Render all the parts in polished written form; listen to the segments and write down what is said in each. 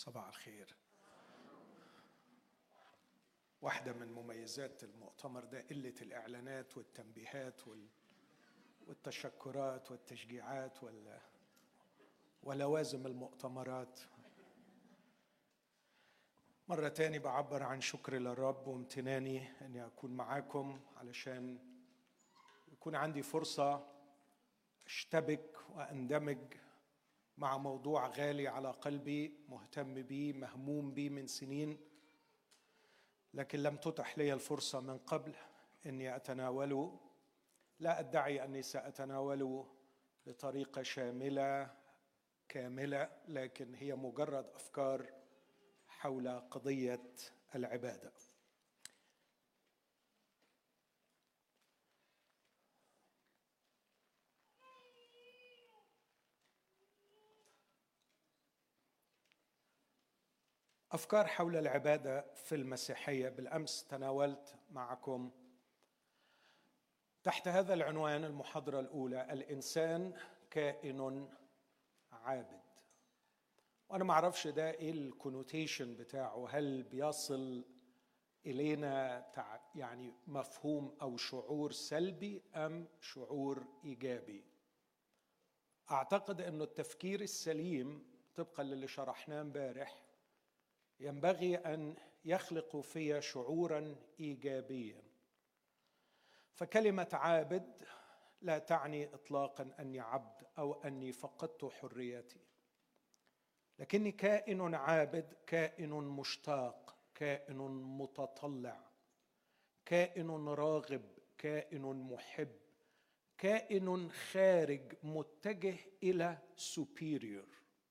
صباح الخير. واحدة من مميزات المؤتمر ده قلة الإعلانات والتنبيهات والتشكرات والتشجيعات ولوازم المؤتمرات. مرة تاني بعبر عن شكري للرب وامتناني أني أكون معاكم علشان يكون عندي فرصة أشتبك وأندمج مع موضوع غالي على قلبي، مهتم بيه، مهموم بيه من سنين، لكن لم تتح لي الفرصة من قبل أني أتناوله. لا أدعي أني سأتناوله بطريقة شاملة كاملة، لكن هي مجرد أفكار حول قضية العبادة. أفكار حول العبادة في المسيحية. بالأمس تناولت معكم تحت هذا العنوان المحاضرة الأولى: الإنسان كائن عابد. وأنا ما أعرفش ده إيه الكونوتيشن بتاعه، هل بيصل إلينا يعني مفهوم أو شعور سلبي أم شعور إيجابي؟ أعتقد أنه التفكير السليم طبقا للي شرحناه امبارح ينبغي أن يخلق في شعورا إيجابيا. فكلمة عابد لا تعني إطلاقا أني عبد أو أني فقدت حريتي، لكني كائن عابد، كائن مشتاق، كائن متطلع، كائن راغب، كائن محب، كائن خارج متجه إلى superior،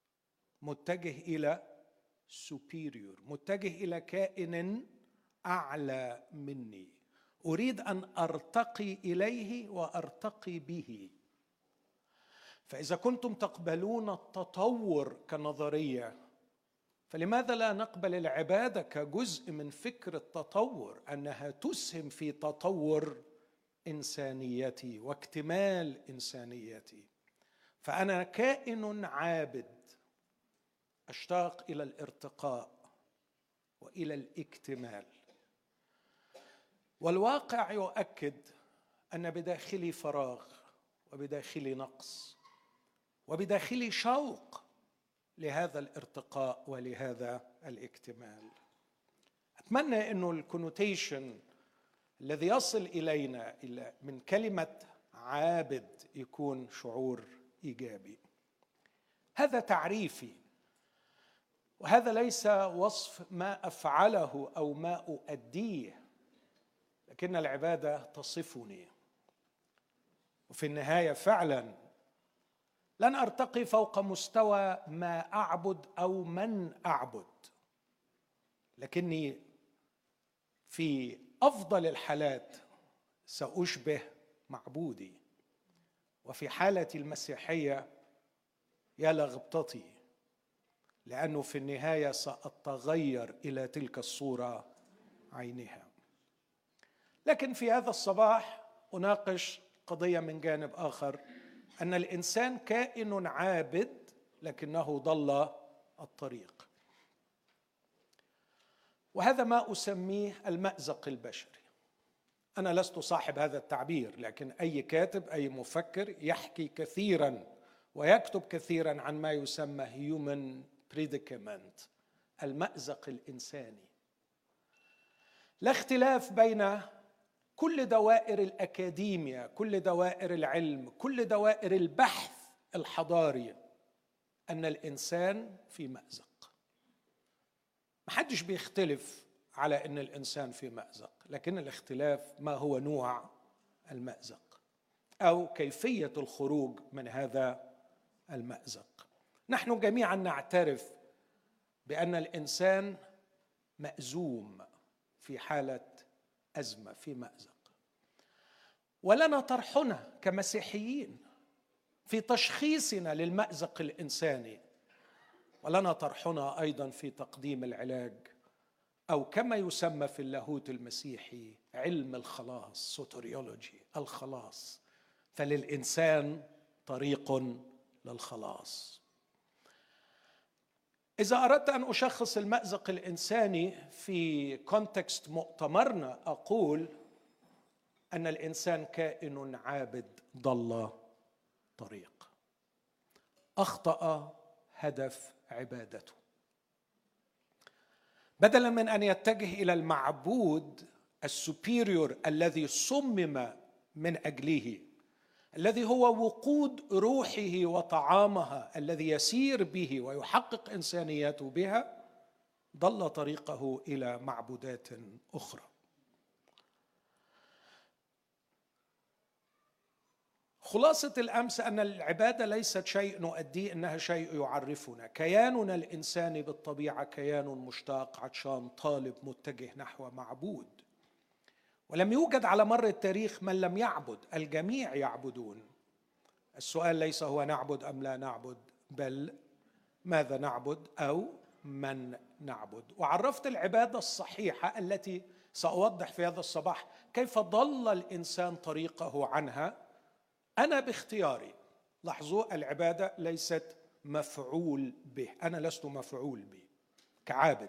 متجه إلى كائن أعلى مني، أريد أن أرتقي إليه وأرتقي به. فإذا كنتم تقبلون التطور كنظرية، فلماذا لا نقبل العبادة كجزء من فكر التطور، أنها تسهم في تطور إنسانيتي واكتمال إنسانيتي؟ فأنا كائن عابد أشتاق إلى الارتقاء وإلى الاكتمال. والواقع يؤكد أن بداخلي فراغ، وبداخلي نقص، وبداخلي شوق لهذا الارتقاء ولهذا الاكتمال. أتمنى أنه الكونوتيشن الذي يصل إلينا من كلمة عابد يكون شعور إيجابي. هذا تعريفي، وهذا ليس وصف ما أفعله أو ما أؤديه، لكن العبادة تصفني. وفي النهاية فعلا لن أرتقي فوق مستوى ما أعبد أو من أعبد، لكني في أفضل الحالات سأشبه معبودي. وفي حالتي المسيحية يا لغبطتي، لأنه في النهاية سأتغير إلى تلك الصورة عينها. لكن في هذا الصباح أناقش قضية من جانب آخر، أن الإنسان كائن عابد لكنه ضل الطريق. وهذا ما أسميه المأزق البشري. أنا لست صاحب هذا التعبير، لكن أي كاتب، أي مفكر يحكي كثيرا ويكتب كثيرا عن ما يسمى human predicament، المأزق الإنساني. لا اختلاف بين كل دوائر الأكاديميا، كل دوائر العلم، كل دوائر البحث الحضاري، أن الإنسان في مأزق. محدش بيختلف على أن الإنسان في مأزق، لكن الاختلاف ما هو نوع المأزق أو كيفية الخروج من هذا المأزق. نحن جميعا نعترف بأن الإنسان مأزوم في حالة أزمة، في مأزق، ولنا طرحنا كمسيحيين في تشخيصنا للمأزق الإنساني، ولنا طرحنا أيضا في تقديم العلاج، أو كما يسمى في اللاهوت المسيحي علم الخلاص، سوتريولوجي، الخلاص. فللإنسان طريق للخلاص. إذا أردت أن أشخص المأزق الإنساني في كونتكست مؤتمرنا، أقول أن الإنسان كائن عابد ضل طريق، أخطأ هدف عبادته. بدلا من أن يتجه إلى المعبود السوبيريور الذي صمم من أجله، الذي هو وقود روحه وطعامها، الذي يسير به ويحقق إنسانيته بها، ضل طريقه إلى معبودات أخرى. خلاصة الأمس أن العبادة ليست شيء نؤديه، إنها شيء يعرفنا. كياننا الإنساني بالطبيعة كيان مشتاق، عطشان، طالب، متجه نحو معبود. ولم يوجد على مر التاريخ من لم يعبد، الجميع يعبدون. السؤال ليس هو نعبد أم لا نعبد، بل ماذا نعبد أو من نعبد. وعرفت العبادة الصحيحة التي سأوضح في هذا الصباح كيف ضل الإنسان طريقه عنها. أنا باختياري. لاحظوا، العبادة ليست مفعول به، أنا لست مفعول به كعابد،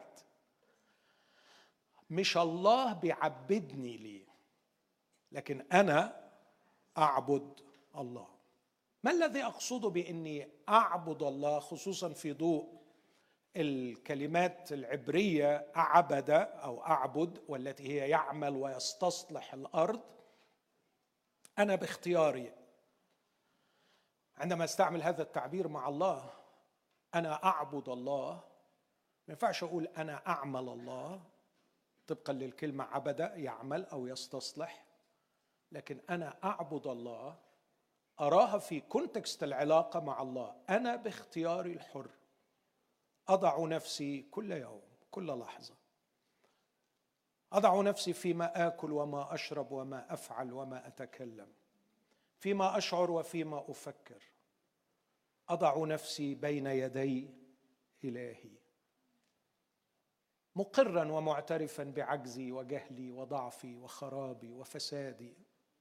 مش الله بيعبدني ليه، لكن أنا أعبد الله. ما الذي أقصده بإني أعبد الله، خصوصا في ضوء الكلمات العبرية أعبد أو أعبد، والتي هي يعمل ويستصلح الأرض؟ أنا باختياري عندما استعمل هذا التعبير مع الله، أنا أعبد الله، ما ينفعش أقول أنا أعمل الله طبقا للكلمة عبد، يعمل أو يستصلح، لكن أنا أعبد الله أراها في كونتكست العلاقة مع الله. أنا باختياري الحر أضع نفسي كل يوم، كل لحظة، أضع نفسي فيما آكل وما أشرب وما أفعل وما أتكلم، فيما أشعر وفيما أفكر. أضع نفسي بين يدي إلهي، مقرا ومعترفا بعجزي وجهلي وضعفي وخرابي وفسادي.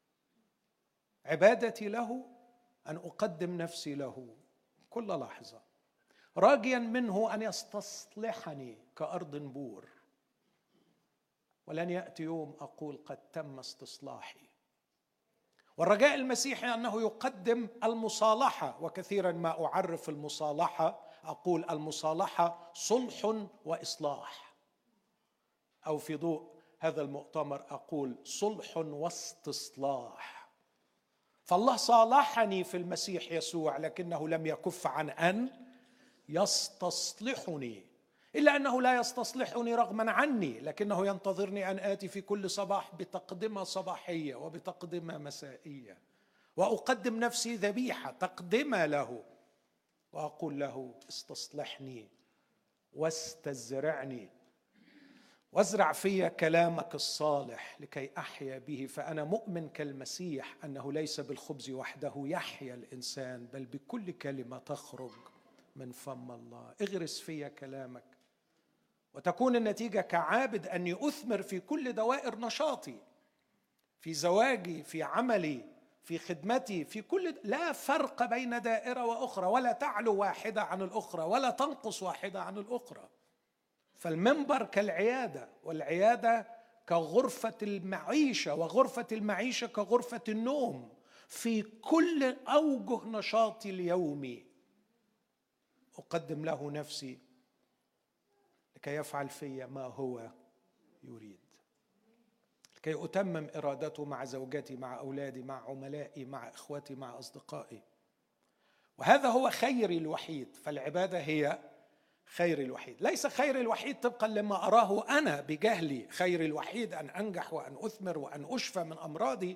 عبادتي له أن أقدم نفسي له كل لحظة، راجيا منه أن يستصلحني كأرض بور. ولن يأتي يوم أقول قد تم استصلاحي. والرجاء المسيحي أنه يقدم المصالحة، وكثيرا ما أعرف المصالحة أقول المصالحة صلح وإصلاح، أو في ضوء هذا المؤتمر أقول صلح واستصلاح. فالله صالحني في المسيح يسوع، لكنه لم يكف عن أن يستصلحني، إلا أنه لا يستصلحني رغما عني، لكنه ينتظرني أن آتي في كل صباح بتقدمة صباحية وبتقدمة مسائية، وأقدم نفسي ذبيحة تقدمة له، وأقول له استصلحني واستزرعني، وازرع في كلامك الصالح لكي أحيا به. فأنا مؤمن كالمسيح أنه ليس بالخبز وحده يحيا الإنسان، بل بكل كلمة تخرج من فم الله. اغرس في كلامك، وتكون النتيجة كعابد أني أثمر في كل دوائر نشاطي، في زواجي، في عملي، في خدمتي، في كل. لا فرق بين دائرة وأخرى، ولا تعلو واحدة عن الأخرى ولا تنقص واحدة عن الأخرى. فالمنبر كالعيادة، والعيادة كغرفة المعيشة، وغرفة المعيشة كغرفة النوم. في كل أوجه نشاطي اليومي أقدم له نفسي لكي يفعل في ما هو يريد، لكي أتمم إرادته مع زوجتي، مع أولادي، مع عملائي، مع إخوتي، مع أصدقائي. وهذا هو خيري الوحيد. فالعبادة هي خيري الوحيد، ليس خيري الوحيد طبقا لما أراه أنا بجهلي. خيري الوحيد أن أنجح وأن أثمر وأن أشفى من أمراضي.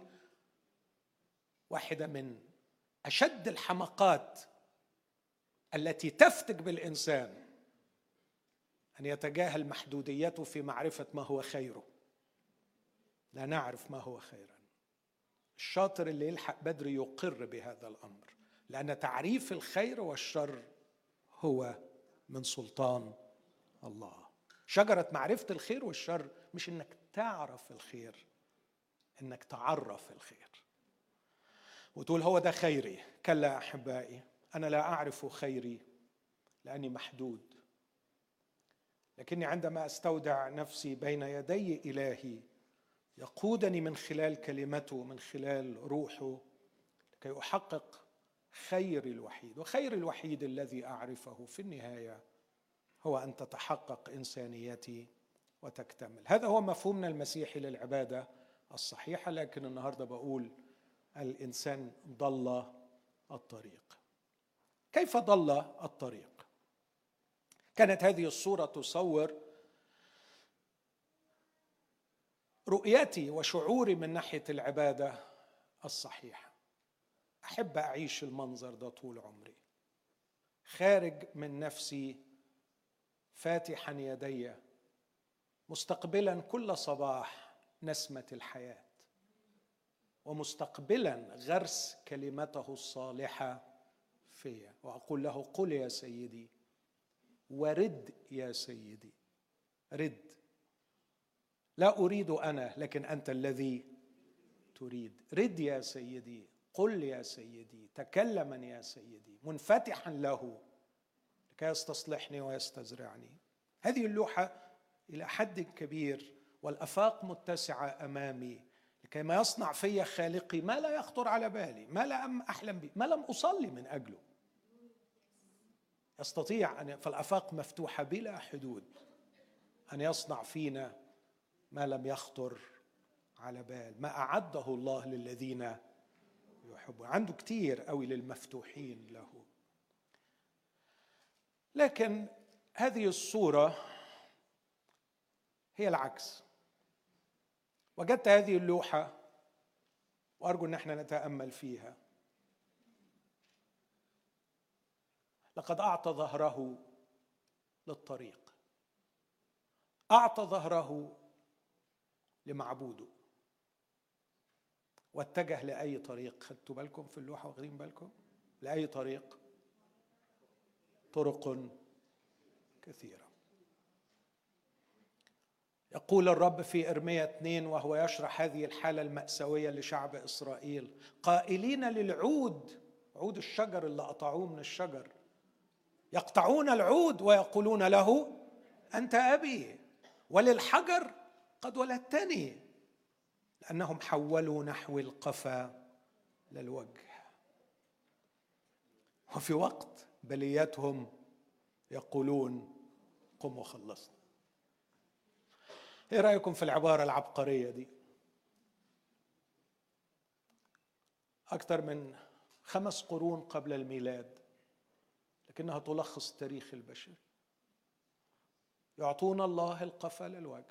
واحدة من أشد الحمقات التي تفتك بالإنسان أن يتجاهل محدوديته في معرفة ما هو خيره. لا نعرف ما هو خيرا. الشاطر اللي يلحق بدري يقر بهذا الأمر، لأن تعريف الخير والشر هو من سلطان الله. شجرة معرفة الخير والشر مش إنك تعرف الخير، إنك تعرف الخير وتقول هو ده خيري. كلا أحبائي، أنا لا أعرف خيري لأني محدود، لكني عندما استودع نفسي بين يدي إلهي يقودني من خلال كلمته، من خلال روحه، لكي أحقق خير الوحيد. وخير الوحيد الذي أعرفه في النهاية هو أن تتحقق إنسانيتي وتكتمل. هذا هو مفهومنا المسيحي للعبادة الصحيحة. لكن النهاردة بقول الإنسان ضل الطريق. كيف ضل الطريق؟ كانت هذه الصورة تصور رؤيتي وشعوري من ناحية العبادة الصحيحة. أحب أعيش المنظر ده طول عمري، خارج من نفسي فاتحا يدي، مستقبلا كل صباح نسمة الحياة، ومستقبلا غرس كلمته الصالحة فيا، وأقول له قل يا سيدي ورد يا سيدي، رد. لا أريد أنا لكن أنت الذي تريد. رد يا سيدي، قل يا سيدي، تكلما يا سيدي، منفتحا له لكي يستصلحني ويستزرعني. هذه اللوحة إلى حد كبير والأفاق متسعة أمامي لكي ما يصنع في خالقي ما لا يخطر على بالي، ما لم أحلم به، ما لم أصلي من أجله. يستطيع أن فالأفاق مفتوحة بلا حدود أن يصنع فينا ما لم يخطر على بال، ما أعده الله للذين يحبون. عنده كتير قوي للمفتوحين له. لكن هذه الصورة هي العكس. وجدت هذه اللوحة وأرجو أن احنا نتأمل فيها. لقد أعطى ظهره للطريق، أعطى ظهره لمعبوده، واتجه لأي طريق. خدتوا بالكم في اللوحة واخدين بالكم؟ لأي طريق؟ طرق كثيرة. يقول الرب في إرميا 2 وهو يشرح هذه الحالة المأساوية لشعب إسرائيل، قائلين للعود، عود الشجر اللي قطعوه من الشجر، يقطعون العود ويقولون له أنت أبي، وللحجر قد ولدتني، لأنهم حولوا نحو القفا للوجه. وفي وقت بليتهم يقولون قم وخلصنا. ايه رأيكم في العبارة العبقرية دي؟ أكثر من 5 قرون قبل الميلاد، لكنها تلخص التاريخ البشري. يعطون الله القفا للوجه،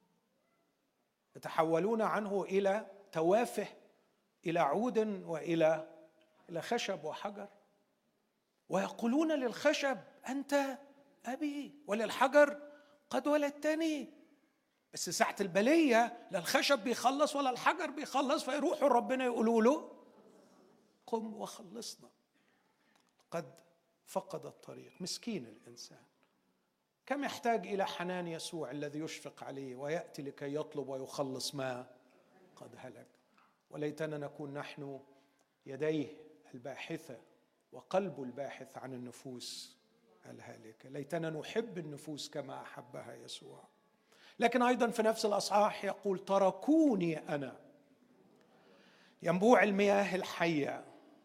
يتحولون عنه إلى توافه، إلى عود وإلى خشب وحجر، ويقولون للخشب أنت أبي، وللحجر قد ولدتني. بس ساعة البلية لا الخشب بيخلص ولا الحجر بيخلص، فيروحوا ربنا يقولوا له قم وخلصنا. قد فقد الطريق. مسكين الإنسان، كم يحتاج إلى حنان يسوع الذي يشفق عليه ويأتي لكي يطلب ويخلص ما قد هلك. وليتنا نكون نحن يديه الباحثة وقلب الباحث عن النفوس الهالكة. ليتنا نحب النفوس كما أحبها يسوع. لكن أيضا في نفس الأصحاح يقول تركوني أنا ينبوع المياه الحية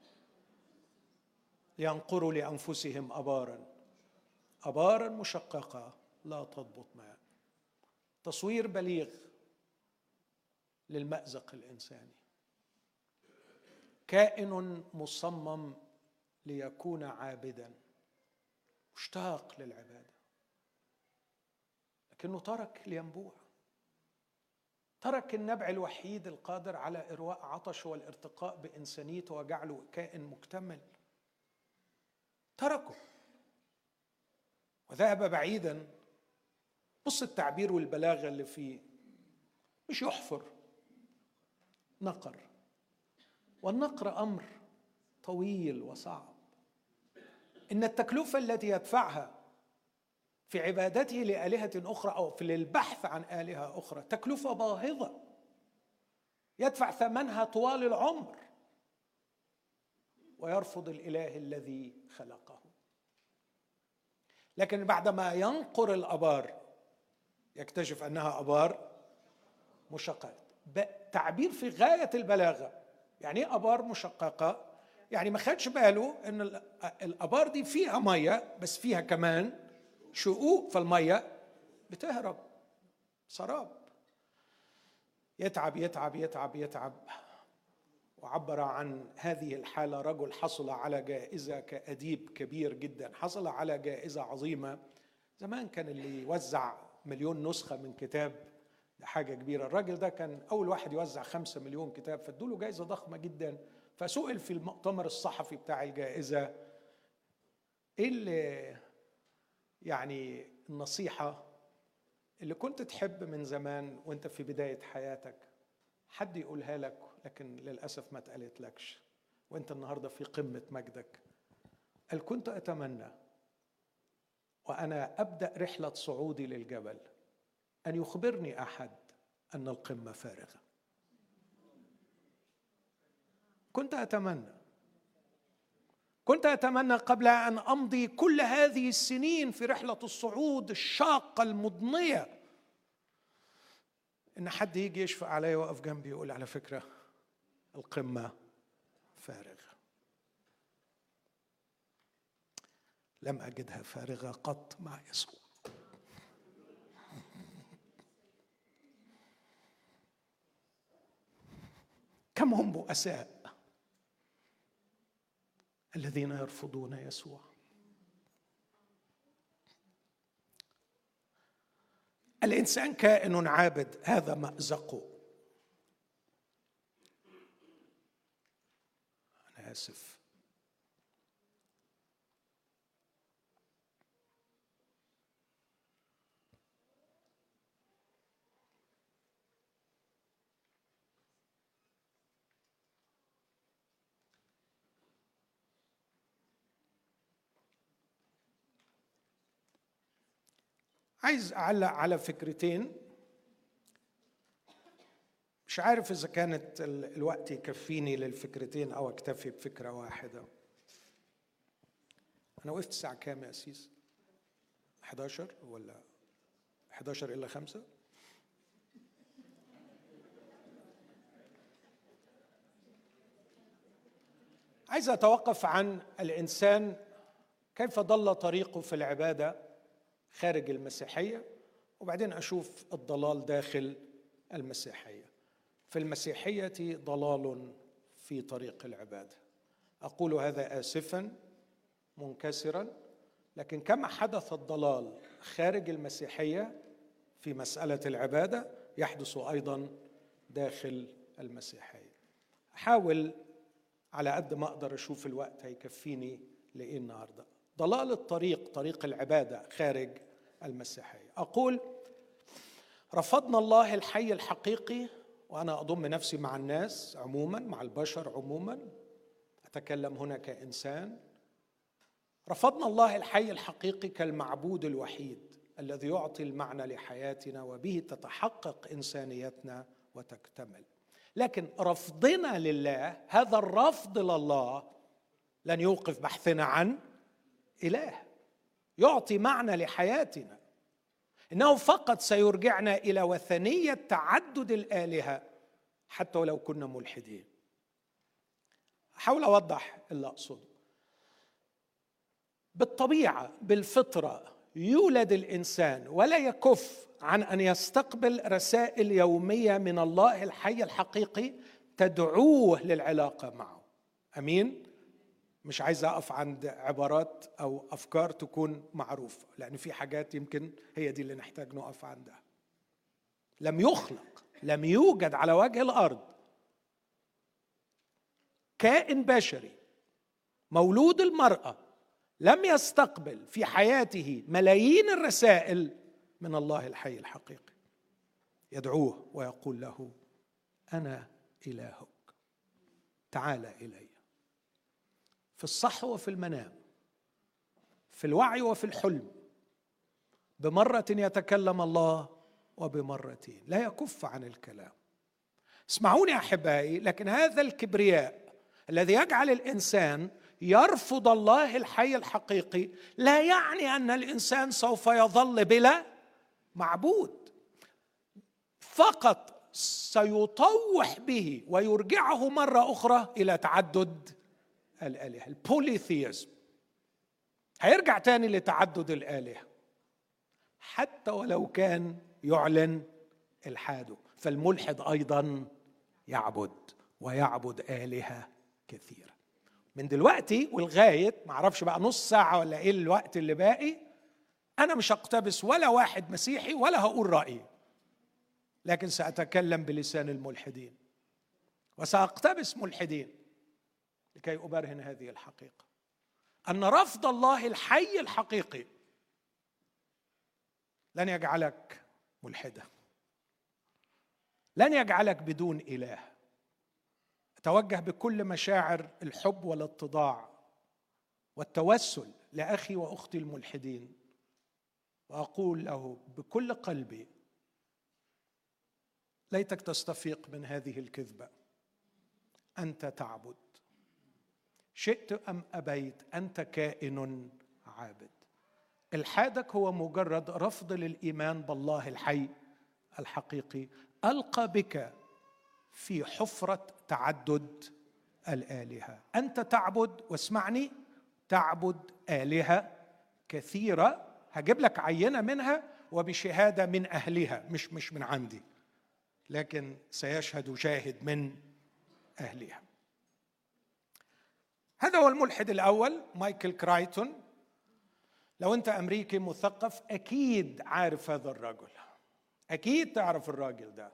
لينقروا لأنفسهم أبارا مشققة لا تضبط ماء. تصوير بليغ للمأزق الإنساني. كائن مصمم ليكون عابدا، مشتاق للعبادة، لكنه ترك الينبوع، ترك النبع الوحيد القادر على إرواء عطشه والارتقاء بإنسانيته وجعله كائن مكتمل. تركه وذهب بعيدا. بص التعبير والبلاغة اللي فيه، مش يحفر، نقر. والنقر أمر طويل وصعب. إن التكلفة التي يدفعها في عبادته لآلهة أخرى أو في البحث عن آلهة أخرى تكلفة باهظة يدفع ثمنها طوال العمر، ويرفض الإله الذي خلقه. لكن بعدما ينقر الأبار يكتشف أنها آبار مشققة. تعبير في غاية البلاغة. يعني إيه آبار مشققة؟ يعني ما خدش باله أن الآبار دي فيها مية، بس فيها كمان شقوق، فالمية بتهرب سراب. يتعب يتعب يتعب يتعب. وعبر عن هذه الحالة رجل حصل على جائزة كأديب كبير جدا، حصل على جائزة عظيمة. زمان كان اللي يوزع 1,000,000 نسخة من كتاب ده حاجة كبيرة. الراجل ده كان أول واحد يوزع 5 مليون كتاب، فادوله جائزة ضخمة جدا. فسئل في المؤتمر الصحفي بتاع الجائزة: إيه اللي يعني النصيحة اللي كنت تحب من زمان وانت في بداية حياتك حد يقولها لك، لكن للأسف ما اتقالت لكش وانت النهاردة في قمة مجدك؟ قال: كنت أتمنى وأنا أبدأ رحلة صعودي للجبل أن يخبرني أحد أن القمة فارغة. كنت أتمنى قبل أن أمضي كل هذه السنين في رحلة الصعود الشاقة المضنية إن حد يجي يشفق علي وقف جنبي يقول: على فكرة القمة فارغة. لم أجدها فارغة قط مع يسوع. كم هم بؤساء الذين يرفضون يسوع. الإنسان كائن عابد، هذا مأزقه. أنا آسف. عايز أعلق على فكرتين، مش عارف إذا كانت الوقت يكفيني للفكرتين أو أكتفي بفكرة واحدة. أنا وقفت الساعة كام يا أسيس؟ 11 ولا 11 إلا 5؟ عايز أتوقف عن الإنسان كيف ضل طريقه في العبادة خارج المسيحية، وبعدين أشوف الضلال داخل المسيحية. في المسيحية ضلال في طريق العبادة. أقول هذا آسفاً منكسراً، لكن كما حدث الضلال خارج المسيحية في مسألة العبادة يحدث أيضاً داخل المسيحية. أحاول على قد ما أقدر أشوف الوقت هيكفيني لإيه النهاردة. ضلال الطريق، طريق العبادة خارج المسيحية. أقول رفضنا الله الحي الحقيقي، وأنا أضم نفسي مع الناس عموما، مع البشر عموما، أتكلم هنا كإنسان. رفضنا الله الحي الحقيقي كالمعبود الوحيد الذي يعطي المعنى لحياتنا وبه تتحقق إنسانيتنا وتكتمل. لكن رفضنا لله، هذا الرفض لله لن يوقف بحثنا عن إله يعطي معنى لحياتنا، إنه فقط سيرجعنا إلى وثنية تعدد الآلهة حتى ولو كنا ملحدين. أحاول أوضح اللي أقصده. بالطبيعة بالفطرة يولد الإنسان ولا يكف عن أن يستقبل رسائل يومية من الله الحي الحقيقي تدعوه للعلاقة معه. أمين؟ مش عايز أقف عند عبارات أو أفكار تكون معروفة، لأن في حاجات يمكن هي دي اللي نحتاج نقف عندها. لم يوجد على وجه الأرض كائن بشري مولود المرأة لم يستقبل في حياته ملايين الرسائل من الله الحي الحقيقي يدعوه ويقول له: أنا إلهك، تعال إلي. في الصحو وفي المنام، في الوعي وفي الحلم، بمرة يتكلم الله وبمرتين، لا يكف عن الكلام. اسمعوني أحبائي، لكن هذا الكبرياء الذي يجعل الإنسان يرفض الله الحي الحقيقي لا يعني أن الإنسان سوف يظل بلا معبود. فقط سيطوح به ويرجعه مرة أخرى إلى تعدد الآلهة، البوليثيزم. هيرجع تاني لتعدد الآلهة حتى ولو كان يعلن إلحاده. فالملحد أيضا يعبد ويعبد آلهة كثيرة. من دلوقتي والغاية معرفش بقى نص ساعة ولا إيه الوقت اللي باقي، أنا مش هقتبس ولا واحد مسيحي ولا هقول رأيي، لكن سأتكلم بلسان الملحدين وسأقتبس ملحدين لكي أبرهن هذه الحقيقة، أن رفض الله الحي الحقيقي لن يجعلك ملحدا، لن يجعلك بدون إله. أتوجه بكل مشاعر الحب والاتضاع والتوسل لأخي وأختي الملحدين، وأقول له بكل قلبي: ليتك تستفيق من هذه الكذبة. أنت تعبد، شئت أم أبيت، أنت كائن عابد. إلحادك هو مجرد رفض للإيمان بالله الحي الحقيقي. ألقى بك في حفرة تعدد الآلهة. أنت تعبد، واسمعني، تعبد آلهة كثيرة. هجيب لك عينة منها وبشهادة من أهلها، مش من عندي، لكن سيشهد شاهد من أهلها. هذا هو الملحد الأول، مايكل كرايتون. لو أنت أمريكي مثقف أكيد عارف هذا الرجل، أكيد تعرف الراجل ده.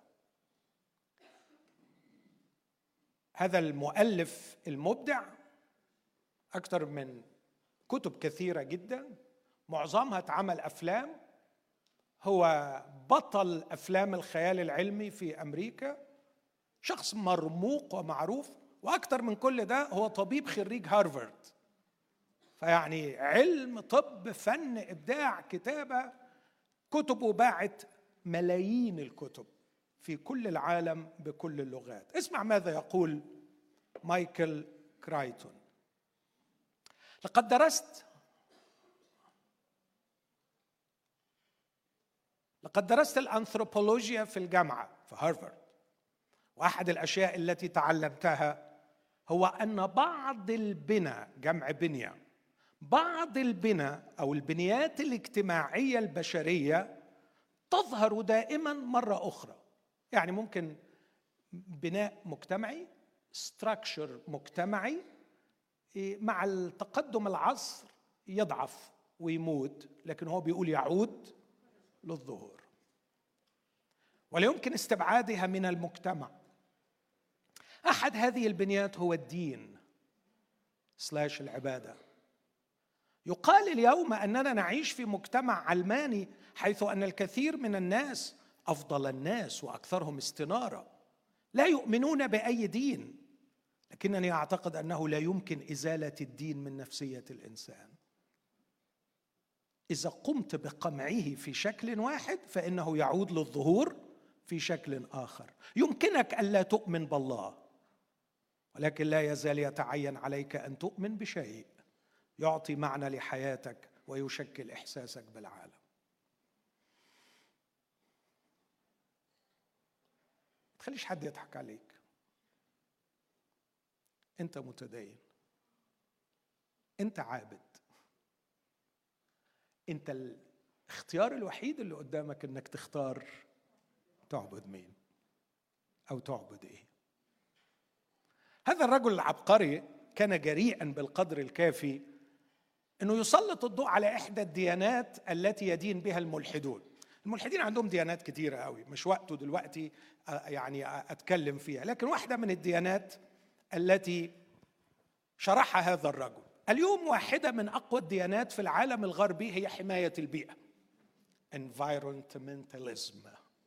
هذا المؤلف المبدع أكثر من كتب كثيرة جدا، معظمها اتعمل أفلام. هو بطل أفلام الخيال العلمي في أمريكا، شخص مرموق ومعروف، وأكثر من كل ده هو طبيب خريج هارفارد. فيعني علم، طب، فن، إبداع، كتابة، كتبه باعت ملايين الكتب في كل العالم بكل اللغات. اسمع ماذا يقول مايكل كرايتون: لقد درست الأنثروبولوجيا في الجامعة في هارفارد، وأحد الأشياء التي تعلمتها هو أن بعض البنى، جمع بنية، بعض البنى أو البنيات الاجتماعية البشرية تظهر دائما مرة أخرى. يعني ممكن بناء مجتمعي، ستراكشر مجتمعي، مع التقدم العصر يضعف ويموت، لكن هو بيقول يعود للظهور، ولا يمكن استبعادها من المجتمع. أحد هذه البنيات هو الدين / العبادة. يقال اليوم أننا نعيش في مجتمع علماني، حيث أن الكثير من الناس، أفضل الناس وأكثرهم استنارة، لا يؤمنون بأي دين، لكنني أعتقد أنه لا يمكن إزالة الدين من نفسية الإنسان. إذا قمت بقمعه في شكل واحد فإنه يعود للظهور في شكل آخر. يمكنك ألا تؤمن بالله، ولكن لا يزال يتعين عليك أن تؤمن بشيء يعطي معنى لحياتك ويشكل إحساسك بالعالم. ما تخليش حد يضحك عليك. أنت متدين، أنت عابد، أنت الاختيار الوحيد اللي قدامك أنك تختار تعبد مين أو تعبد إيه. هذا الرجل العبقري كان جريئا بالقدر الكافي أنه يسلط الضوء على إحدى الديانات التي يدين بها الملحدون. الملحدين عندهم ديانات كتيرة قوي، مش وقته دلوقتي يعني أتكلم فيها، لكن واحدة من الديانات التي شرحها هذا الرجل اليوم، واحدة من أقوى الديانات في العالم الغربي، هي حماية البيئة، environmentalism،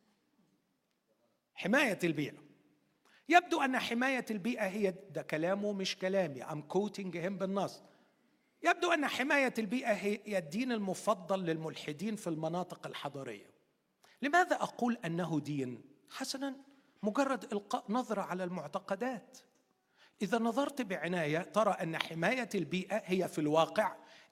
حماية البيئة. يبدو أن حماية البيئة هي، ده كلامه مش كلامي، I'm quoting him بالنص، يبدو أن حماية البيئة هي الدين المفضل للملحدين في المناطق الحضرية. لماذا أقول أنه دين؟ حسناً، مجرد إلقاء نظرة على المعتقدات. إذا نظرت بعناية ترى أن حماية البيئة هي في الواقع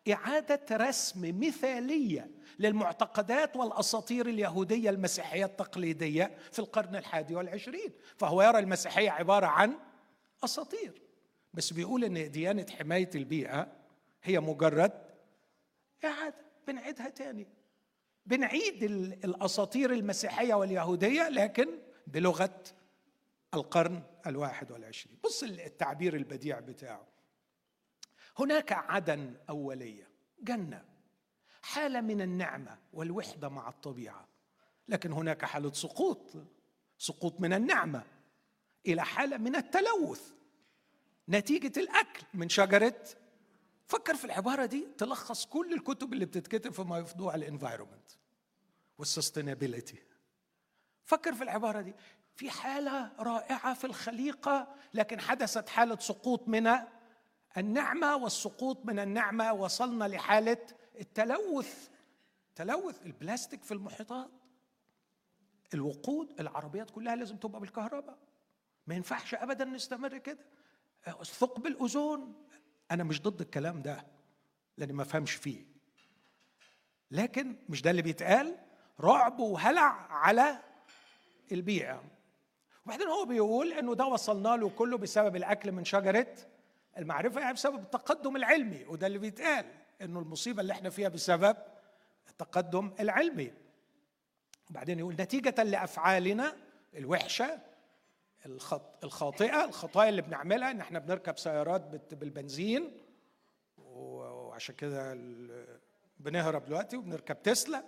إعادة رسم مثالية للمعتقدات والأساطير اليهودية المسيحية التقليدية في القرن 21. فهو يرى المسيحية عبارة عن أساطير، بس بيقول إن ديانة حماية البيئة هي مجرد إعادة، بنعيدها تاني، بنعيد الأساطير المسيحية واليهودية لكن بلغة القرن 21. بص التعبير البديع بتاعه: هناك عدن أولية، جنة، حالة من النعمة والوحدة مع الطبيعة، لكن هناك حالة سقوط من النعمة إلى حالة من التلوث نتيجة الأكل من شجرة. فكر في العبارة دي تلخص كل الكتب اللي بتتكتب في موضوع الانفايرومنت والسستينابيليتي. فكر في العبارة دي، في حالة رائعة في الخليقة، لكن حدثت حالة سقوط من النعمة، والسقوط من النعمة وصلنا لحالة التلوث. البلاستيك في المحيطات، الوقود، العربيات كلها لازم تبقى بالكهرباء، ما ينفعش أبدا نستمر كده. ثقب الأوزون، أنا مش ضد الكلام ده لأني ما فهمش فيه، لكن مش ده اللي بيتقال، رعب وهلع على البيئة. وبعدين هو بيقول إنه ده وصلنا له كله بسبب الأكل من شجرة المعرفة، يعني بسبب التقدم العلمي، وده اللي بيتقال إنه المصيبة اللي احنا فيها بسبب التقدم العلمي. وبعدين يقول نتيجة لأفعالنا الوحشة الخاطئة، الخطايا اللي بنعملها، إن احنا بنركب سيارات بالبنزين، وعشان كده بنهرب دلوقتي وبنركب تسلا.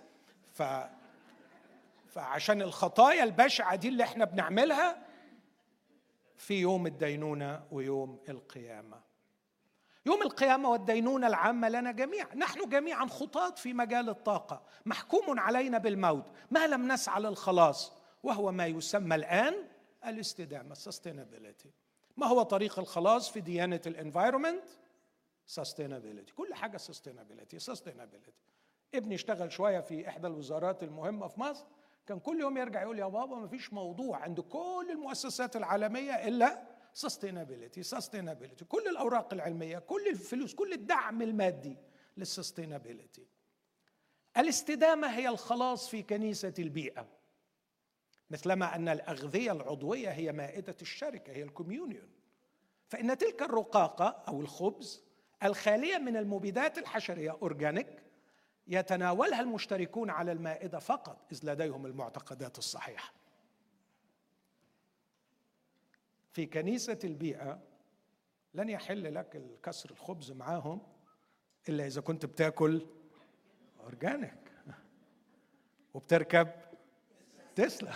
فعشان الخطايا البشعة دي اللي احنا بنعملها، في يوم الدينونة ويوم القيامة. يوم القيامة والدينونة العامة لنا جميعا، نحن جميعا خطاة في مجال الطاقة، محكوم علينا بالموت ما لم نسعى للخلاص، وهو ما يسمى الآن الاستدامة، sustainability. ما هو طريق الخلاص في ديانة الانفايرومنت؟ sustainability. كل حاجة sustainability. ابني اشتغل شوية في إحدى الوزارات المهمة في مصر، كان كل يوم يرجع يقول يا بابا ما فيش موضوع عند كل المؤسسات العالمية إلا sustainability. كل الأوراق العلمية، كل الفلوس، كل الدعم المادي للsustainability. الاستدامة هي الخلاص في كنيسة البيئة، مثلما أن الأغذية العضوية هي مائدة الشركة، هي الكوميونيون. فإن تلك الرقاقة أو الخبز الخالية من المبيدات الحشرية أورجانيك يتناولها المشتركون على المائدة فقط إذ لديهم المعتقدات الصحيحة. في كنيسة البيئة لن يحل لك الكسر الخبز معاهم إلا إذا كنت بتاكل أورجانيك وبتركب تسلا،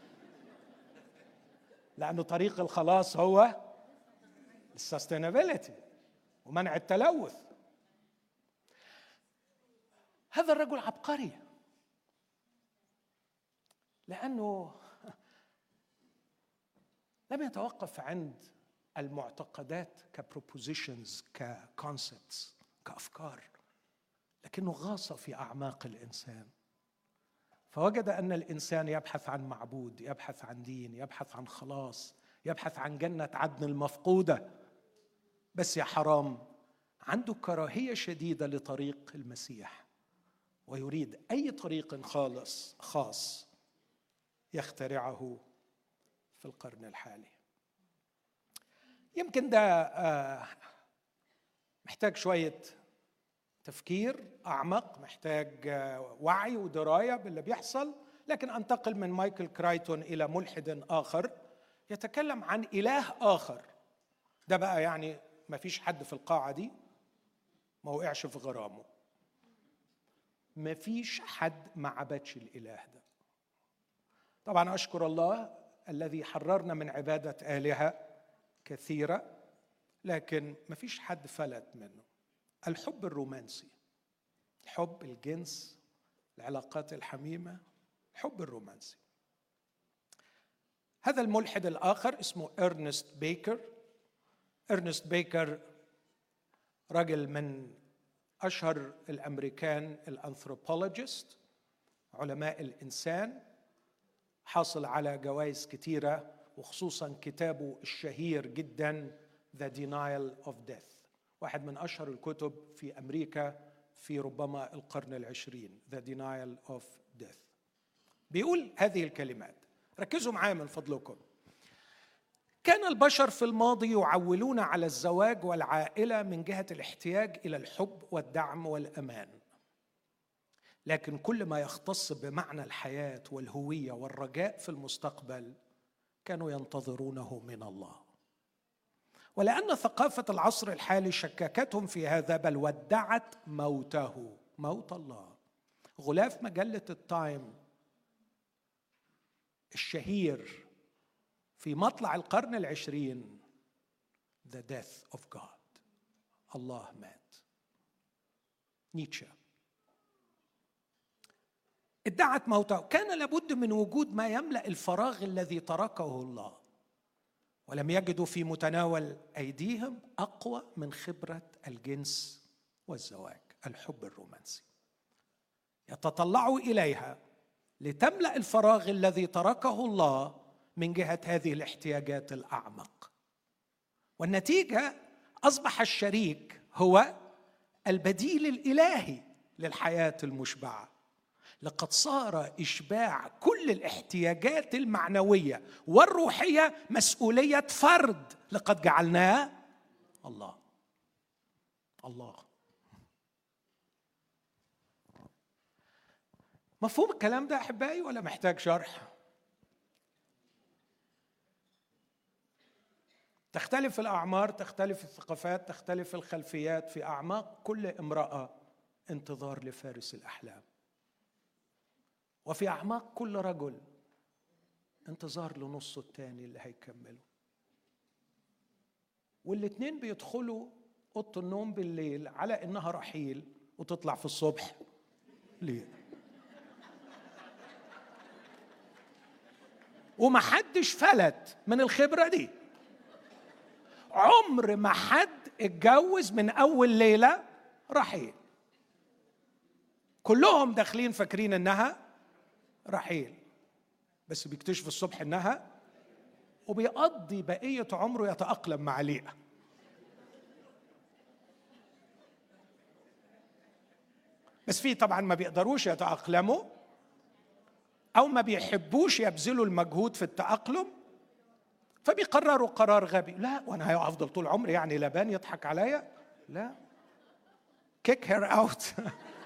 لأنه طريق الخلاص هو السستينابيليتي ومنع التلوث. هذا الرجل عبقري لأنه لم يتوقف عند المعتقدات كبروبوزيشنز، ككونسبتس، كأفكار، لكنه غاص في أعماق الإنسان، فوجد أن الإنسان يبحث عن معبود، يبحث عن دين، يبحث عن خلاص، يبحث عن جنة عدن المفقودة. بس يا حرام عنده كراهية شديدة لطريق المسيح، ويريد أي طريق خاص يخترعه في القرن الحالي. يمكن ده محتاج شوية تفكير أعمق، محتاج وعي ودراية باللي بيحصل. لكن أنتقل من مايكل كرايتون إلى ملحد آخر يتكلم عن إله آخر. ده بقى يعني ما فيش حد في القاعة دي ما وقعش في غرامه، ما فيش حد ما عبدش الإله ده. طبعا أشكر الله الذي حررنا من عبادة آلهة كثيرة، لكن ما فيش حد فلت منه. الحب الرومانسي، الحب، الجنس، العلاقات الحميمة، الحب الرومانسي. هذا الملحد الآخر اسمه إرنست بيكر. إرنست بيكر رجل من أشهر الأمريكان الأنثروبولوجيست، علماء الإنسان، حاصل على جوائز كثيرة، وخصوصا كتابه الشهير جدا The Denial of Death، واحد من أشهر الكتب في أمريكا في ربما القرن العشرين، The Denial of Death. بيقول هذه الكلمات، ركزوا معايا من فضلكم. كان البشر في الماضي يعولون على الزواج والعائلة من جهة الاحتياج إلى الحب والدعم والأمان، لكن كل ما يختص بمعنى الحياة والهوية والرجاء في المستقبل كانوا ينتظرونه من الله. ولأن ثقافة العصر الحالي شككتهم في هذا، بل ودعت موته، موت الله. غلاف مجلة التايم الشهير في مطلع القرن العشرين The Death of God، الله مات. نيتشه ادعت موته. كان لابد من وجود ما يملأ الفراغ الذي تركه الله، ولم يجدوا في متناول أيديهم أقوى من خبرة الجنس والزواج، الحب الرومانسي. يتطلعوا إليها لتملأ الفراغ الذي تركه الله من جهة هذه الاحتياجات الأعمق، والنتيجة أصبح الشريك هو البديل الإلهي للحياة المشبعة. لقد صار إشباع كل الاحتياجات المعنوية والروحية مسؤولية فرد، لقد جعلناه الله. الله. مفهوم الكلام ده أحبائي ولا محتاج شرح؟ تختلف الأعمار، تختلف الثقافات، تختلف الخلفيات. في أعماق كل امرأة انتظار لفارس الأحلام، وفي أعماق كل رجل انتظار لنصه الثاني اللي هيكمله. والاتنين بيدخلوا أوضة النوم بالليل على إنها رحيل، وتطلع في الصبح ليه. ومحدش فلت من الخبرة دي. عمر ما حد اتجوز من أول ليلة رحيل. كلهم داخلين فاكرين إنها رحيل، بس بيكتشف الصبح إنها، وبيقضي بقية عمره يتأقلم مع ليئة. بس في طبعا ما بيقدروش يتأقلموا أو ما بيحبوش يبذلوا المجهود في التأقلم، فبيقرروا قرار غبي. لا، وأنا هفضل طول عمري يعني لبان يضحك عليا؟ لا، kick her out.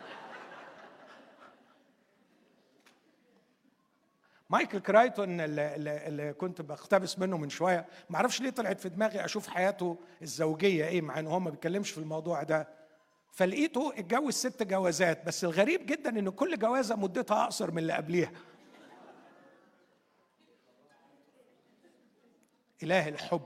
مايكل كرايتون اللي كنت بقتبس منه من شوية، ما اعرفش ليه طلعت في دماغي أشوف حياته الزوجية إيه، مع إنه هو ما بيتكلمش في الموضوع ده. فلقيته اتجوز 6 جوازات، بس الغريب جدا إن كل جوازة مدتها أقصر من اللي قبليها. إله الحب.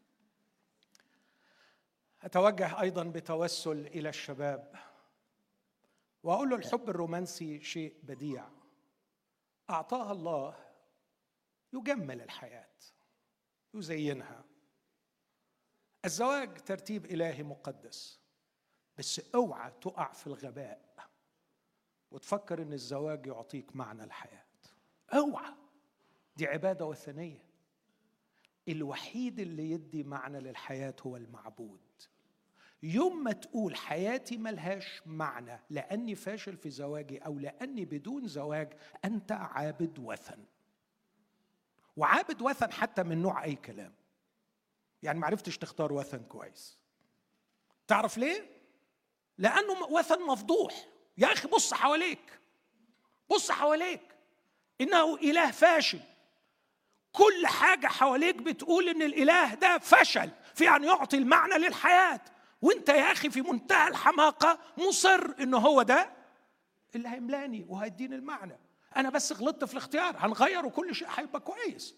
أتوجه أيضا بتوسل إلى الشباب وأقول له الحب الرومانسي شيء بديع أعطاها الله يجمل الحياة، يزينها. الزواج ترتيب إلهي مقدس، بس اوعى تقع في الغباء وتفكر إن الزواج يعطيك معنى الحياة. اوعى، دي عبادة وثنية. الوحيد اللي يدي معنى للحياة هو المعبود. يوم ما تقول حياتي ملهاش معنى لأني فاشل في زواجي أو لأني بدون زواج، أنت عابد وثن. وعابد وثن حتى من نوع أي كلام، يعني معرفتش تختار وثن كويس. تعرف ليه؟ لأنه وثن مفضوح. يا أخي بص حواليك، بص حواليك، إنه إله فاشل. كل حاجة حواليك بتقول إن الإله ده فشل في أن يعطي المعنى للحياة، وانت يا أخي في منتهى الحماقة مصر إنه هو ده اللي هيملاني وهيديني المعنى. أنا بس غلطت في الاختيار، هنغير وكل شيء هيبقى كويس.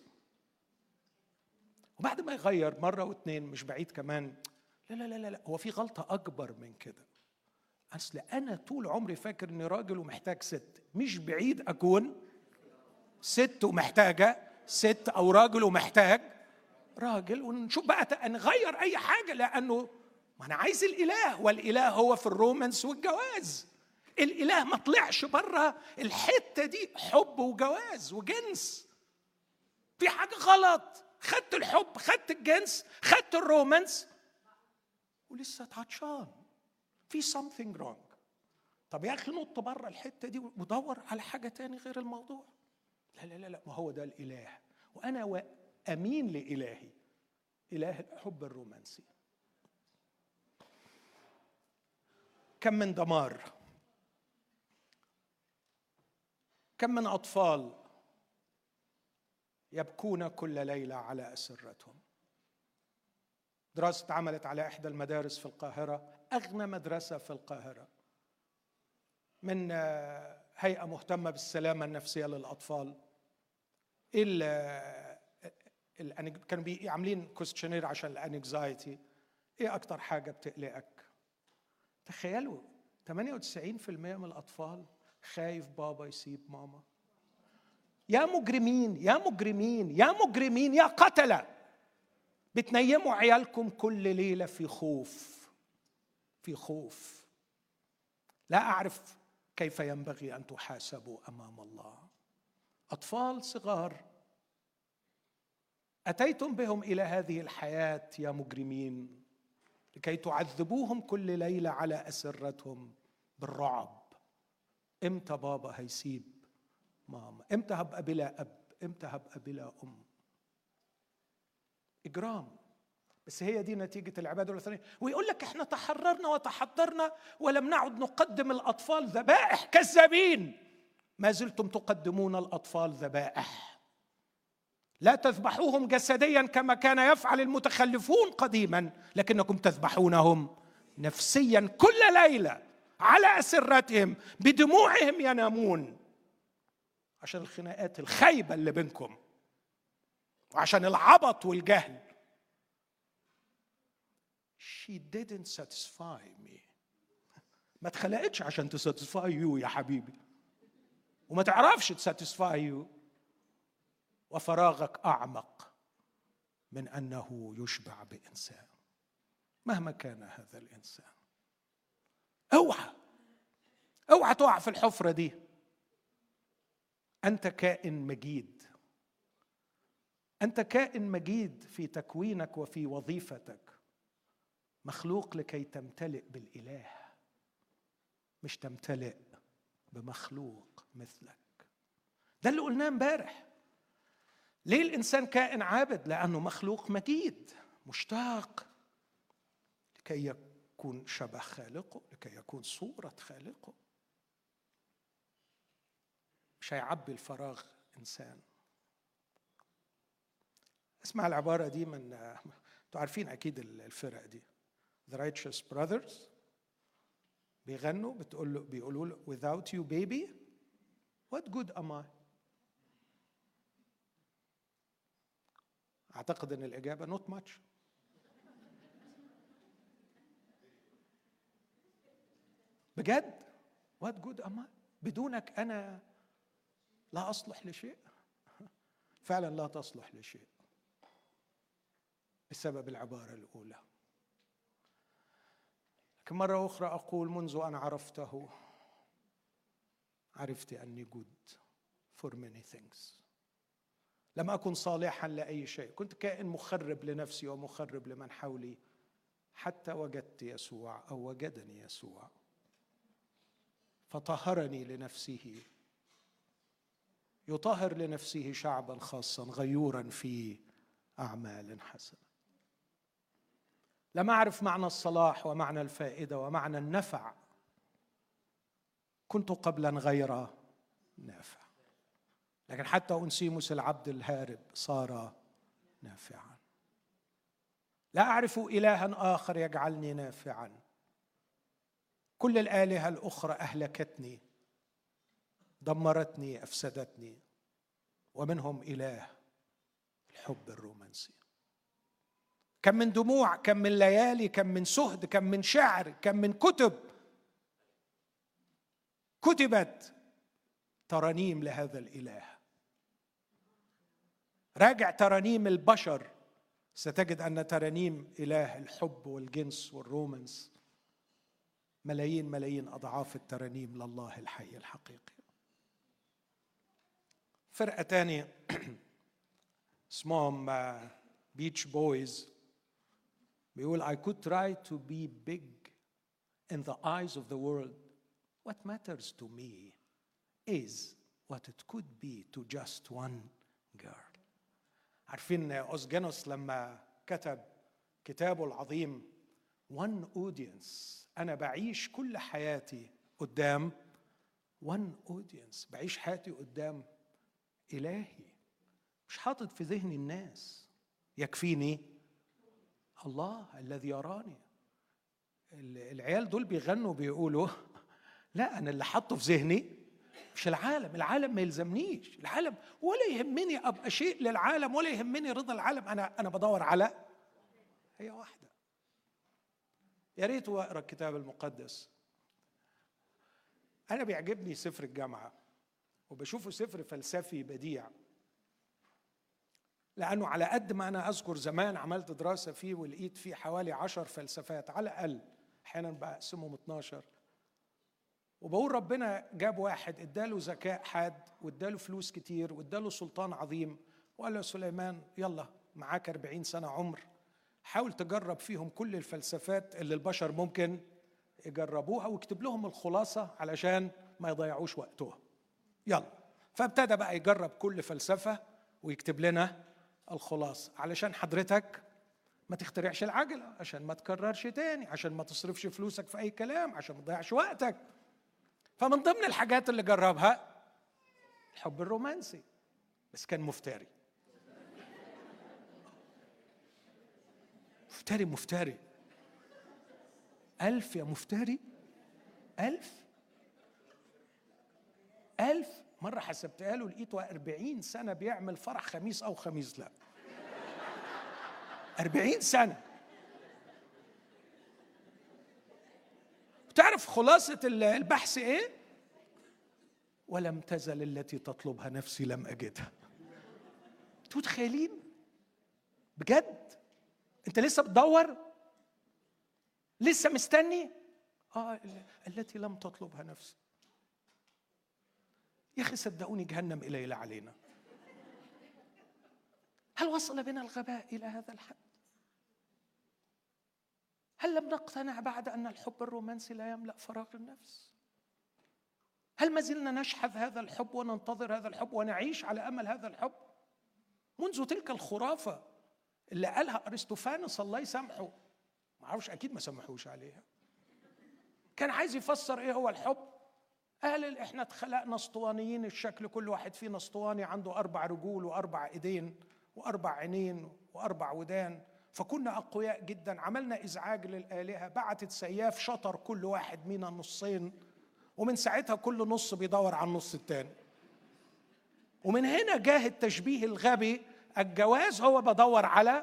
وبعد ما يغير مرة واثنين مش بعيد كمان، لا لا لا لا، هو في غلطة أكبر من كده. أصل أنا طول عمري فاكر إني راجل ومحتاج ست، مش بعيد أكون ست ومحتاجة ست، أو راجل ومحتاج راجل، ونشوف بقى نغير أي حاجة، لأنه ما أنا عايز الإله، والإله هو في الرومانس والجواز. الإله ما طلعش بره الحتة دي، حب وجواز وجنس. في حاجة غلط، خدت الحب، خدت الجنس، خدت الرومانس، ولسه عطشان. في something wrong. طب يا أخي نط بره الحتة دي ودور على حاجة تاني غير الموضوع. لا لا لا لا، ما هو ده الإله، وأنا أمين لإلهي، إله الحب الرومانسي. كم من دمار، كم من أطفال يبكون كل ليلة على أسرتهم. دراسة عملت على إحدى المدارس في القاهرة، أغنى مدرسة في القاهرة، من هيئة مهتمة بالسلامة النفسية للأطفال. كانوا عاملين كويستشنير عشان الانكزايتي. ايه اكتر حاجة بتقلقك؟ تخيلوا 98% من الأطفال خايف بابا يسيب ماما. يا مجرمين يا مجرمين يا مجرمين يا قتلة، بتنيموا عيالكم كل ليلة في خوف، في خوف. لا أعرف كيف ينبغي أن تحاسبوا أمام الله. أطفال صغار أتيتم بهم إلى هذه الحياة يا مجرمين لكي تعذبوهم كل ليلة على أسرتهم بالرعب. إمتى بابا هيسيب ماما؟ إمتى هبقى بلا أب؟ إمتى هبقى بلا أم؟ إجرام. بس هي دي نتيجة العبادة الوثنية. ويقول لك إحنا تحررنا وتحضرنا ولم نعد نقدم الأطفال ذبائح. كذابين، ما زلتم تقدمون الأطفال ذبائح. لا تذبحوهم جسديا كما كان يفعل المتخلفون قديما، لكنكم تذبحونهم نفسيا كل ليلة على أسرتهم، بدموعهم ينامون، عشان الخناقات الخايبة اللي بينكم وعشان العبط والجهل. She didn't satisfy me. ما اتخلقتش عشان تساتسفاي يو يا حبيبي، وما تعرفش تساتسفاي يو، وفراغك أعمق من أنه يشبع بإنسان مهما كان هذا الإنسان. اوعى تقع في الحفرة دي. أنت كائن مجيد، أنت كائن مجيد في تكوينك وفي وظيفتك، مخلوق لكي تمتلئ بالإله، مش تمتلئ بمخلوق مثلك. ده اللي قلناه امبارح. ليه الإنسان كائن عابد؟ لأنه مخلوق مجيد مشتاق لكي يكون شبه خالقه، لكي يكون صورة خالقه. مش هيعبي الفراغ إنسان. اسمع العبارة دي من انتوا عارفين أكيد الفرق دي، The Righteous Brothers، بيقولوا له without you baby what good am I؟ أعتقد أن الإجابة not much. بجد what good am I؟ بدونك أنا لا أصلح لشيء. فعلا لا تصلح لشيء بسبب العبارة الأولى. لكن مرة أخرى أقول منذ أن عرفته عرفت أني good for many things. لم أكن صالحا لأي شيء، كنت كائن مخرب لنفسي ومخرب لمن حولي، حتى وجدت يسوع أو وجدني يسوع فطهرني لنفسه، يطهر لنفسه شعبا خاصا غيورا في أعمال حسنة. لم أعرف معنى الصلاح ومعنى الفائدة ومعنى النفع، كنت قبلا غير نافع، لكن حتى أنسيموس العبد الهارب صار نافعا. لا أعرف إلها آخر يجعلني نافعا. كل الآلهة الأخرى أهلكتني، دمرتني، أفسدتني، ومنهم إله الحب الرومانسي. كم من دموع، كم من ليالي، كم من سهد، كم من شعر، كم من كتب كتبت ترانيم لهذا الإله. راجع ترانيم البشر ستجد أن ترانيم إله الحب والجنس والرومانس ملايين أضعاف الترانيم لله الحي الحقيقي. فرقة تانية اسمهم بيتش بويز بيقول I could try to be big in the eyes of the world What matters to me is what it could be to just one girl. عارفين أوسجينوس لما كتب كتابه العظيم one audience، أنا بعيش كل حياتي قدام one audience، بعيش حياتي قدام إلهي، مش حاطط في ذهني الناس، يكفيني الله الذي يراني. العيال دول بيغنوا بيقولوا لا، أنا اللي حاطه في ذهني مش العالم، العالم ما يلزمنيش، العالم ولا يهمني أبقى شيء للعالم ولا يهمني رضا العالم، أنا بدور على هي واحدة. يا ريت أقرأ الكتاب المقدس. أنا بيعجبني سفر الجامعة وبشوفه سفر فلسفي بديع، لأنه على قد ما أنا أذكر زمان عملت دراسة فيه ولقيت فيه حوالي 10 فلسفات على الأقل، أحيانا بقسمهم 12، وبقول ربنا جاب واحد اداله ذكاء حاد واداله فلوس كتير واداله سلطان عظيم وقال له سليمان يلا معاك 40 سنة عمر، حاول تجرب فيهم كل الفلسفات اللي البشر ممكن يجربوها واكتب لهم الخلاصة علشان ما يضيعوش وقتهم. يلا، فابتدى بقى يجرب كل فلسفة ويكتب لنا الخلاصة علشان حضرتك ما تخترعش العجلة، عشان ما تكررش تاني، عشان ما تصرفش فلوسك في أي كلام، عشان ما تضيعش وقتك. فمن ضمن الحاجات اللي جربها الحب الرومانسي، بس كان مفتري مفتري مفتري. 1000 يا مفتري، 1000 مرة حسبتها له لقيته 40 سنة بيعمل فرح خميس أو خميس، لا 40 سنة. تعرف خلاصة البحث إيه؟ ولم تزل التي تطلبها نفسي لم أجدها. انتوا متخيلين؟ بجد أنت لسه بتدور؟ لسه مستني؟ التي لم تطلبها نفسي. يا أخي صدقوني جهنم إلينا علينا. هل وصل بنا الغباء إلى هذا الحد؟ هل لم نقتنع بعد أن الحب الرومانسي لا يملأ فراغ النفس؟ هل ما زلنا نشحذ هذا الحب وننتظر هذا الحب ونعيش على أمل هذا الحب؟ منذ تلك الخرافة اللي قالها أرسطوفانوس الله يسامحه، ما أعرفش أكيد ما سمحوش عليها، كان عايز يفسر إيه هو الحب. قال إحنا اتخلقنا اسطوانيين الشكل، كل واحد فينا اسطواني عنده 4 رجول و4 إيدين و4 عينين و4 ودان، فكنا أقوياء جدا، عملنا إزعاج للآلهة، بعتت سياف شطر كل واحد منا نصين، ومن ساعتها كل نص بيدور على النص التاني. ومن هنا جاه التشبيه الغبي، الجواز هو بدور على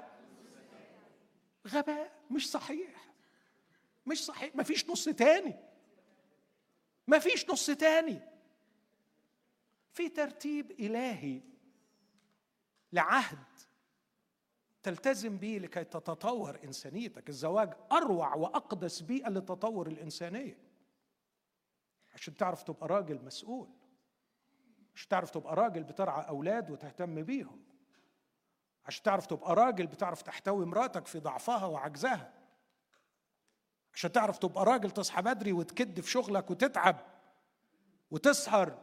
غباء. مش صحيح، مش صحيح، مفيش نص تاني، مفيش نص تاني. في ترتيب إلهي لعهد تلتزم به لكي تتطور إنسانيتك. الزواج أروع وأقدس بيئة لتطور الإنسانية، عشان تعرف تبقى راجل مسؤول، عشان تعرف تبقى راجل بترعى أولاد وتهتم بيهم، عشان تعرف تبقى راجل بتعرف تحتوي مراتك في ضعفها وعجزها، عشان تعرف تبقى راجل تصحى بدري وتكد في شغلك وتتعب وتسهر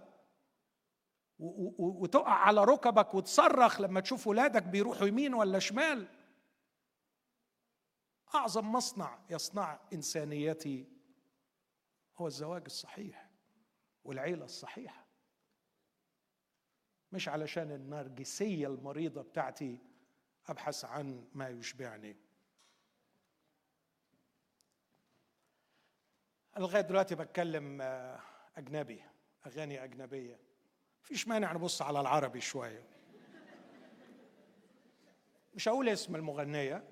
وتقع على ركبك وتصرخ لما تشوف ولادك بيروحوا يمين ولا شمال. أعظم مصنع يصنع إنسانيتي هو الزواج الصحيح والعيلة الصحيحة، مش علشان النرجسية المريضة بتاعتي أبحث عن ما يشبعني. لغاية دلوقتي بتكلم أجنبي، أغاني أجنبية، مفيش مانع نبص على العربي شوية. مش هقول اسم المغنية.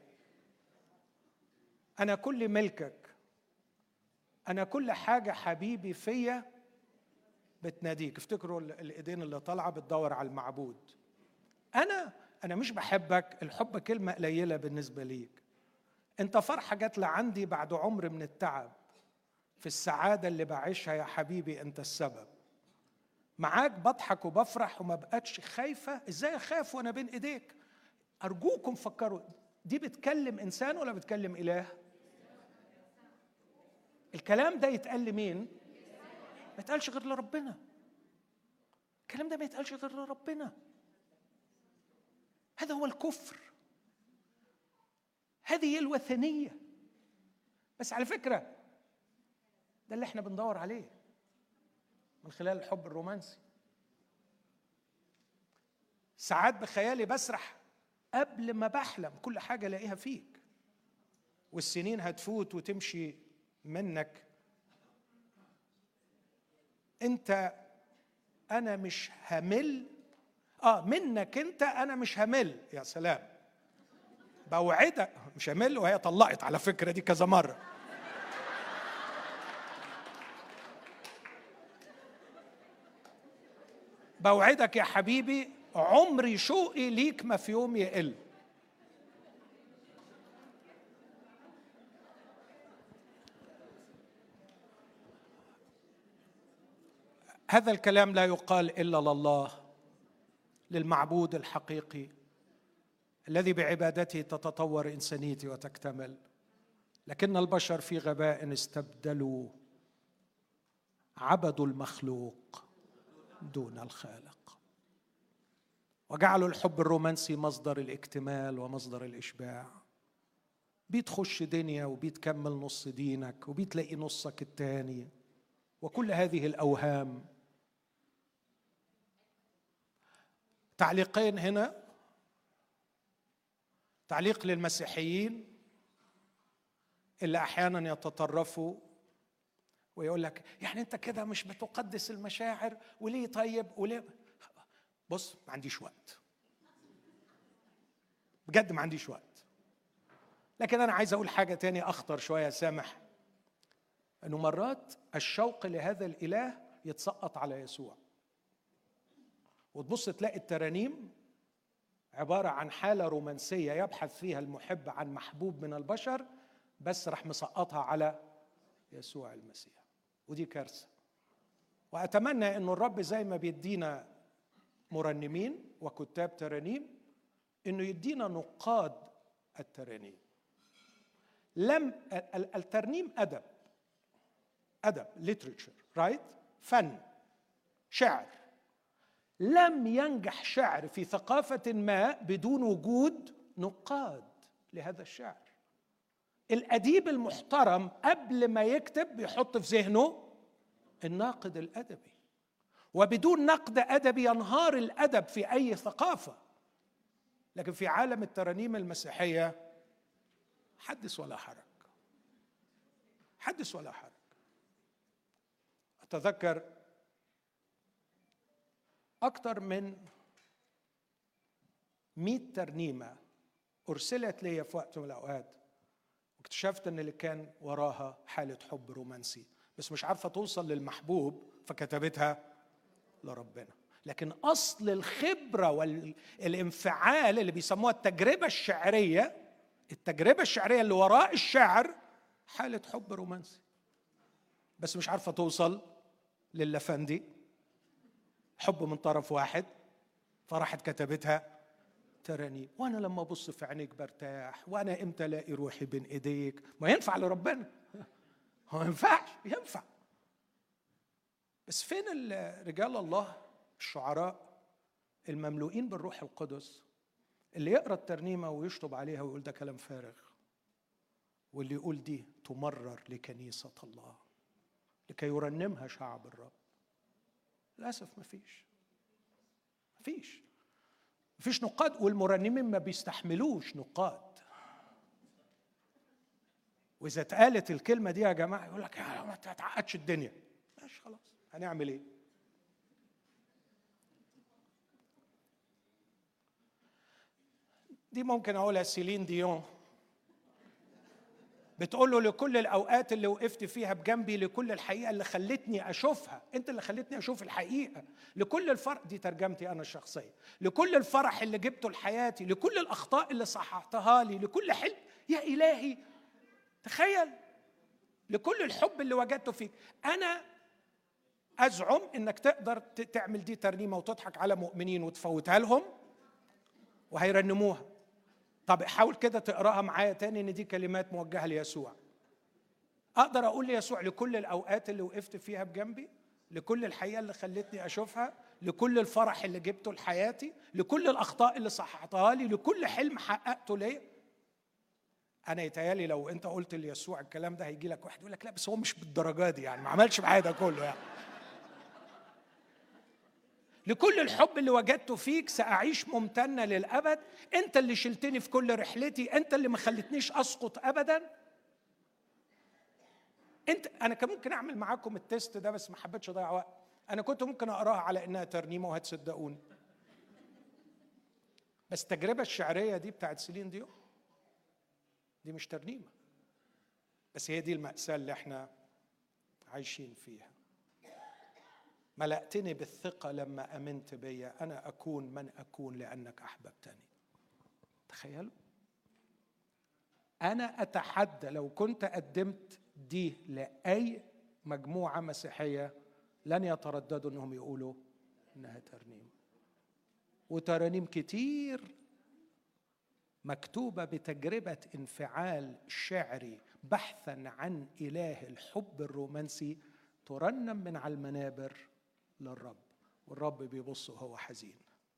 أنا كل ملكك، أنا كل حاجة حبيبي فيا بتناديك. افتكروا الإيدين اللي طالعة بتدور على المعبود. أنا مش بحبك، الحب كلمة قليلة بالنسبة ليك. أنت فرحة جات لعندي بعد عمر من التعب، في السعادة اللي بعيشها يا حبيبي أنت السبب. معاك بضحك وبفرح وما بقتش خايفة. إزاي أخاف وأنا بين إيديك؟ أرجوكم فكروا، دي بتكلم إنسان ولا بتكلم إله؟ الكلام ده يتقال لمين؟ ما يتقالش غير لربنا. الكلام ده ما يتقالش غير لربنا. هذا هو الكفر، هذه هي الوثنية. بس على فكرة ده اللي احنا بندور عليه من خلال الحب الرومانسي. ساعات بخيالي بسرح قبل ما بحلم كل حاجة الاقيها فيك، والسنين هتفوت وتمشي منك انت. انا مش همل منك انت، انا مش همل. يا سلام، بوعدك مش همل. وهي طلقت على فكرة دي كذا مرة. بوعدك يا حبيبي عمري شوقي ليك ما في يوم يقل. هذا الكلام لا يقال إلا لله، للمعبود الحقيقي الذي بعبادته تتطور إنسانيتي وتكتمل. لكن البشر في غباء استبدلوا، عبدوا المخلوق دون الخالق، وجعلوا الحب الرومانسي مصدر الاكتمال ومصدر الإشباع. بيتخش دنيا وبيتكمل نص دينك وبيتلاقي نصك التاني، وكل هذه الأوهام. تعليقين هنا، تعليق للمسيحيين اللي أحيانا يتطرفوا ويقول لك يعني أنت كده مش بتقدس المشاعر وليه؟ طيب وليه؟ بص، ما عنديش وقت بجد، ما عنديش وقت. لكن أنا عايز أقول حاجة تاني أخطر شوية سامح، أنه مرات الشوق لهذا الإله يتسقط على يسوع، وتبص تلاقي الترانيم عبارة عن حالة رومانسية يبحث فيها المحب عن محبوب من البشر، بس رح مسقطها على يسوع المسيح، ودي كارثة. وأتمنى أنه الرب زي ما بيدينا مرنمين وكتاب ترانيم، أنه يدينا نقاد الترانيم. الترنيم أدب literature right، فن، شعر. لم ينجح شعر في ثقافة ما بدون وجود نقاد لهذا الشعر. الأديب المحترم قبل ما يكتب بيحط في ذهنه الناقد الأدبي، وبدون نقد أدبي ينهار الأدب في أي ثقافة. لكن في عالم الترانيم المسيحية حدث ولا حرج، حدث ولا حرج. أتذكر أكثر من 100 ترنيمة أرسلت لي في وقت من الأوقات، واكتشفت أن اللي كان وراها حالة حب رومانسي، بس مش عارفة توصل للمحبوب فكتبتها لربنا. لكن أصل الخبرة والانفعال اللي بيسموها التجربة الشعرية اللي وراء الشعر حالة حب رومانسي، بس مش عارفة توصل للفندي، حب من طرف واحد، فراحت كتبتها ترانيم. وانا لما ابص في عينيك برتاح، وانا امتى الاقي روحي بين ايديك. ما ينفع لربنا، هو ما ينفعش، ينفع. بس فين رجال الله الشعراء المملوئين بالروح القدس اللي يقرأ الترنيمة ويشطب عليها ويقول ده كلام فارغ، واللي يقول دي تمرر لكنيسة الله لكي يرنمها شعب الرب؟ للأسف مفيش نقاد، والمرنمين ما بيستحملوش نقاد. وإذا اتقالت الكلمة دي يا جماعة يقول لك ما تتعقدش الدنيا. ماشي خلاص، هنعمل ايه؟ دي ممكن اقولها سيلين ديون، بتقول له لكل الأوقات اللي وقفت فيها بجنبي، لكل الحقيقة اللي خلتني أشوفها، أنت اللي خلتني أشوف الحقيقة، لكل الفرح، دي ترجمتي أنا الشخصية، لكل الفرح اللي جبته لحياتي، لكل الأخطاء اللي صححتها لي، لكل حلم، يا إلهي تخيل، لكل الحب اللي وجدته فيك. أنا أزعم إنك تقدر تعمل دي ترنيمة وتضحك على مؤمنين وتفوتها لهم وهيرنموها. طب حاول كده تقراها معايا تاني ان دي كلمات موجهه ليسوع. اقدر اقول ليسوع لكل الاوقات اللي وقفت فيها بجنبي، لكل الحقيقة اللي خلتني أشوفها، لكل الفرح اللي جبته لحياتي، لكل الأخطاء اللي صححتها لي، لكل حلم حققته ليه. أنا يتهيالي لو أنت قلت ليسوع الكلام ده هيجي لك واحد يقول لك لا بس هو مش بالدرجة دي، يعني ما عملش معايا ده كله يعني. لكل الحب اللي وجدته فيك سأعيش ممتنة للأبد، أنت اللي شلتني في كل رحلتي، أنت اللي ما خلتنيش أسقط أبدا. أنا كان ممكن أعمل معاكم التست ده بس ما حبيتش أضيع وقت. أنا كنت ممكن أقراها على إنها ترنيمة وهتصدقوني، بس التجربة الشعرية دي بتاعت سيلين ديون دي مش ترنيمة، بس هي دي المأساة اللي احنا عايشين فيها. ملأتني بالثقة لما أمنت بيا، أنا أكون من أكون لأنك أحببتني. تخيلوا، أنا أتحدى لو كنت قدمت دي لأي مجموعة مسيحية لن يترددوا أنهم يقولوا إنها ترنيم. وترانيم كتير مكتوبة بتجربة انفعال شعري بحثا عن إله الحب الرومانسي ترنم من على المنابر للرب، والرب بيبص وهو حزين.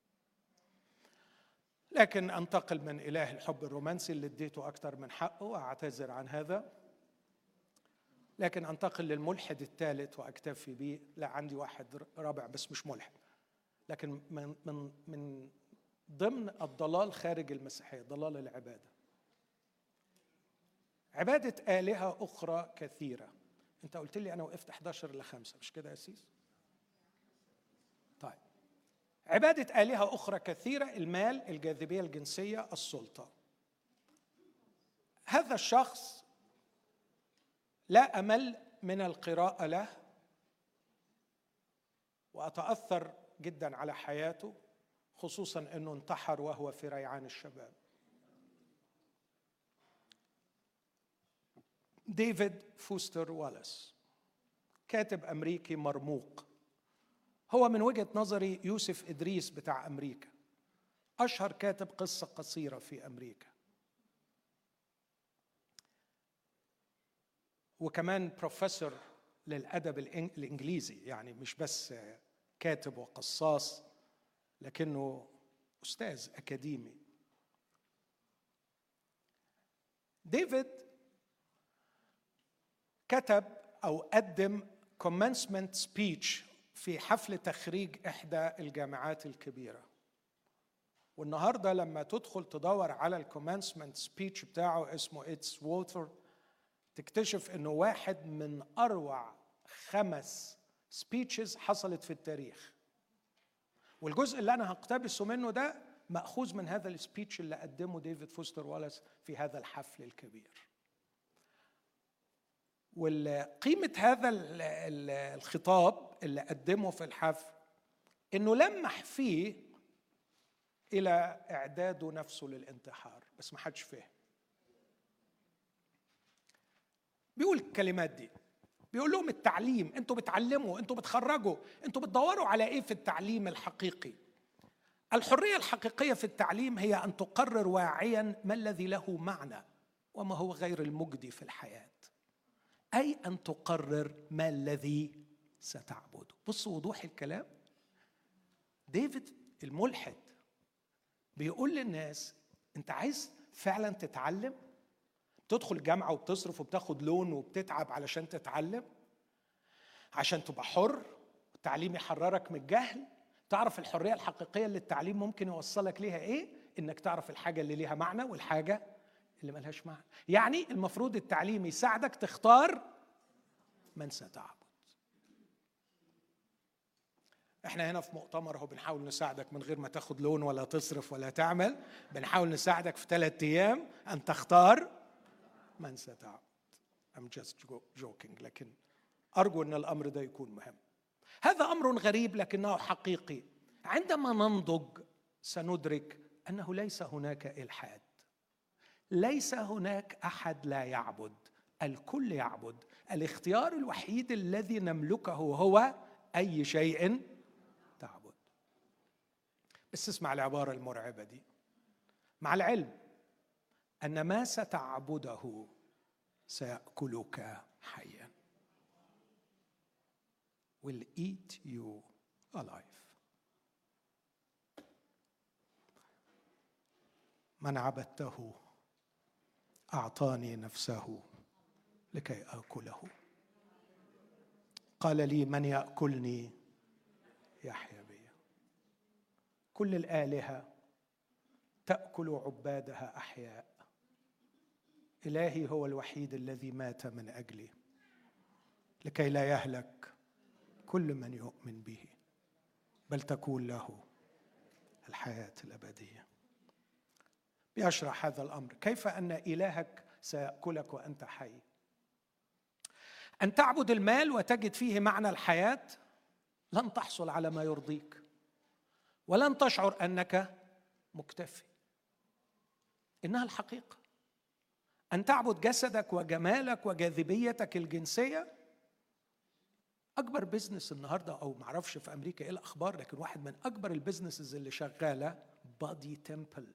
لكن أنتقل من إله الحب الرومانسي اللي اديته أكتر من حقه وأعتذر عن هذا، لكن أنتقل للملحد الثالث وأكتفي به. لا، عندي واحد رابع بس مش ملحد، لكن من ضمن الضلال خارج المسيحية، ضلال العبادة، عبادة آلهة أخرى كثيرة. أنت قلت لي أنا وقفت 11-5 مش كده يا سيس؟ طيب، عبادة آلهة أخرى كثيرة، المال، الجاذبية الجنسية، السلطة. هذا الشخص لا أمل من القراءة له، وأتأثر جدا على حياته، خصوصا أنه انتحر وهو في ريعان الشباب. ديفيد فوستر والاس، كاتب أمريكي مرموق، هو من وجهة نظري يوسف إدريس بتاع أمريكا، أشهر كاتب قصة قصيرة في أمريكا، وكمان بروفيسور للأدب الإنجليزي، يعني مش بس كاتب وقصاص لكنه أستاذ أكاديمي. ديفيد كتب أو قدم commencement speech في حفل تخريج إحدى الجامعات الكبيرة، والنهاردة لما تدخل تدور على الكومنسمنت سبيتش بتاعه اسمه It's Water، تكتشف إنه واحد من أروع 5 سبيتشز حصلت في التاريخ. والجزء اللي أنا هقتبسه منه ده مأخوذ من هذا السبيتش اللي قدمه ديفيد فوستر والاس في هذا الحفل الكبير. وقيمة هذا الخطاب اللي قدمه في الحفل إنه لمح فيه إلى إعداد نفسه للانتحار، بس ما حدش فهم. بيقول الكلمات دي، بيقول لهم التعليم، انتوا بتعلموا، انتوا بتخرجوا، انتوا بتدوروا على ايه في التعليم الحقيقي؟ الحرية الحقيقية في التعليم هي أن تقرر واعيا ما الذي له معنى وما هو غير المجدي في الحياة، أي أن تقرر ما الذي ستعبده. بصوا وضوح الكلام. ديفيد الملحد بيقول للناس انت عايز فعلا تتعلم، تدخل جامعة وبتصرف وبتاخد لون وبتتعب علشان تتعلم، عشان تبقى حر، التعليم يحررك من الجهل. تعرف الحرية الحقيقية اللي التعليم ممكن يوصلك ليها ايه؟ انك تعرف الحاجة اللي ليها معنى والحاجة اللي ملهاش معنى. يعني المفروض التعليم يساعدك تختار من ستعبد. احنا هنا في مؤتمر هو بنحاول نساعدك من غير ما تاخد لون ولا تصرف ولا تعمل، بنحاول نساعدك في 3 أيام أن تختار من ستعبد. I'm just joking، لكن أرجو أن الأمر ده يكون مهم. هذا أمر غريب لكنه حقيقي. عندما ننضج سندرك أنه ليس هناك إلحاد، ليس هناك أحد لا يعبد، الكل يعبد. الاختيار الوحيد الذي نملكه هو أي شيء تعبد. بس اسمع العبارة المرعبة دي، مع العلم أن ما ستعبده سيأكلك حيا. will eat you alive. من عبدته أعطاني نفسه لكي آكله. قال لي من يأكلني يحيا بي. كل الآلهة تأكل عبادها أحياء، إلهي هو الوحيد الذي مات من أجلي لكي لا يهلك كل من يؤمن به بل تكون له الحياة الأبدية. بيشرح هذا الأمر، كيف أن إلهك سيأكلك وأنت حي. أن تعبد المال وتجد فيه معنى الحياة لن تحصل على ما يرضيك، ولن تشعر أنك مكتفي. إنها الحقيقة. أن تعبد جسدك وجمالك وجاذبيتك الجنسية. أكبر بيزنس النهاردة، أو معرفش في أمريكا إيه الأخبار، لكن واحد من أكبر البيزنسز اللي شغالة بادي تمبل.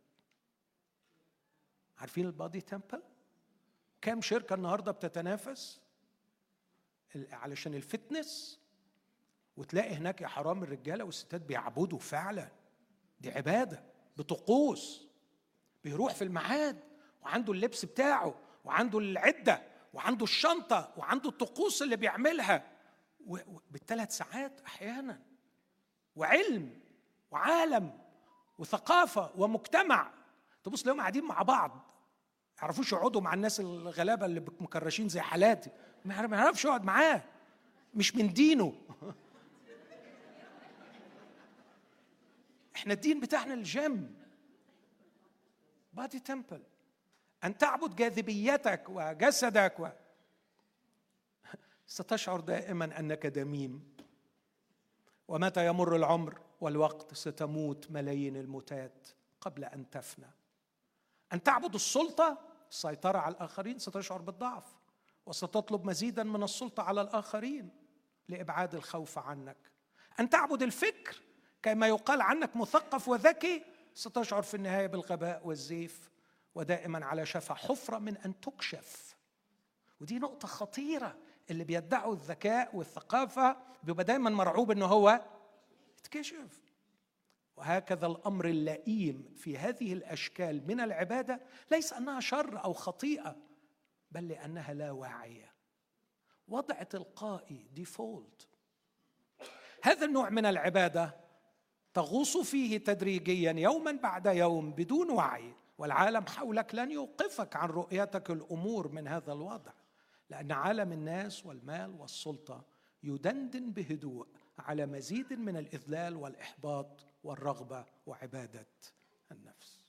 عارفين البادي تمبل؟ كام شركة النهاردة بتتنافس علشان الفتنس، وتلاقي هناك يا حرام الرجالة والستات بيعبدوا فعلا. دي عبادة بطقوس، بيروح في الميعاد وعنده اللبس بتاعه وعنده العدة وعنده الشنطة وعنده الطقوس اللي بيعملها بالثلاث ساعات أحيانا، وعلم وعالم وثقافة ومجتمع. تبص لهم قاعدين مع بعض، يعرفوش يقعدوا مع الناس الغلابة اللي مكرشين زي حالاتي، ما يعرفش يقعد معاه، مش من دينه. احنا الدين بتاعنا الجيم، بادي تمبل. أن تعبد جاذبيتك وجسدك ستشعر دائما أنك دميم، ومتى يمر العمر والوقت ستموت ملايين الموتات قبل أن تفنى. أن تعبد السلطة، السيطرة على الآخرين، ستشعر بالضعف وستطلب مزيدا من السلطة على الآخرين لإبعاد الخوف عنك. أن تعبد الفكر كما يقال عنك مثقف وذكي، ستشعر في النهاية بالغباء والزيف، ودائما على شفا حفرة من أن تكشف. ودي نقطة خطيرة، اللي بيدعوا الذكاء والثقافة بيبقى دائما مرعوب أنه هو يتكشف. وهكذا الأمر اللئيم في هذه الأشكال من العبادة ليس أنها شر أو خطيئة، بل لأنها لا واعية، وضع تلقائي، ديفولت. هذا النوع من العبادة تغوص فيه تدريجيا يوما بعد يوم بدون وعي، والعالم حولك لن يوقفك عن رؤيتك الأمور من هذا الوضع، لأن عالم الناس والمال والسلطة يدندن بهدوء على مزيد من الإذلال والإحباط والرغبة وعبادة النفس.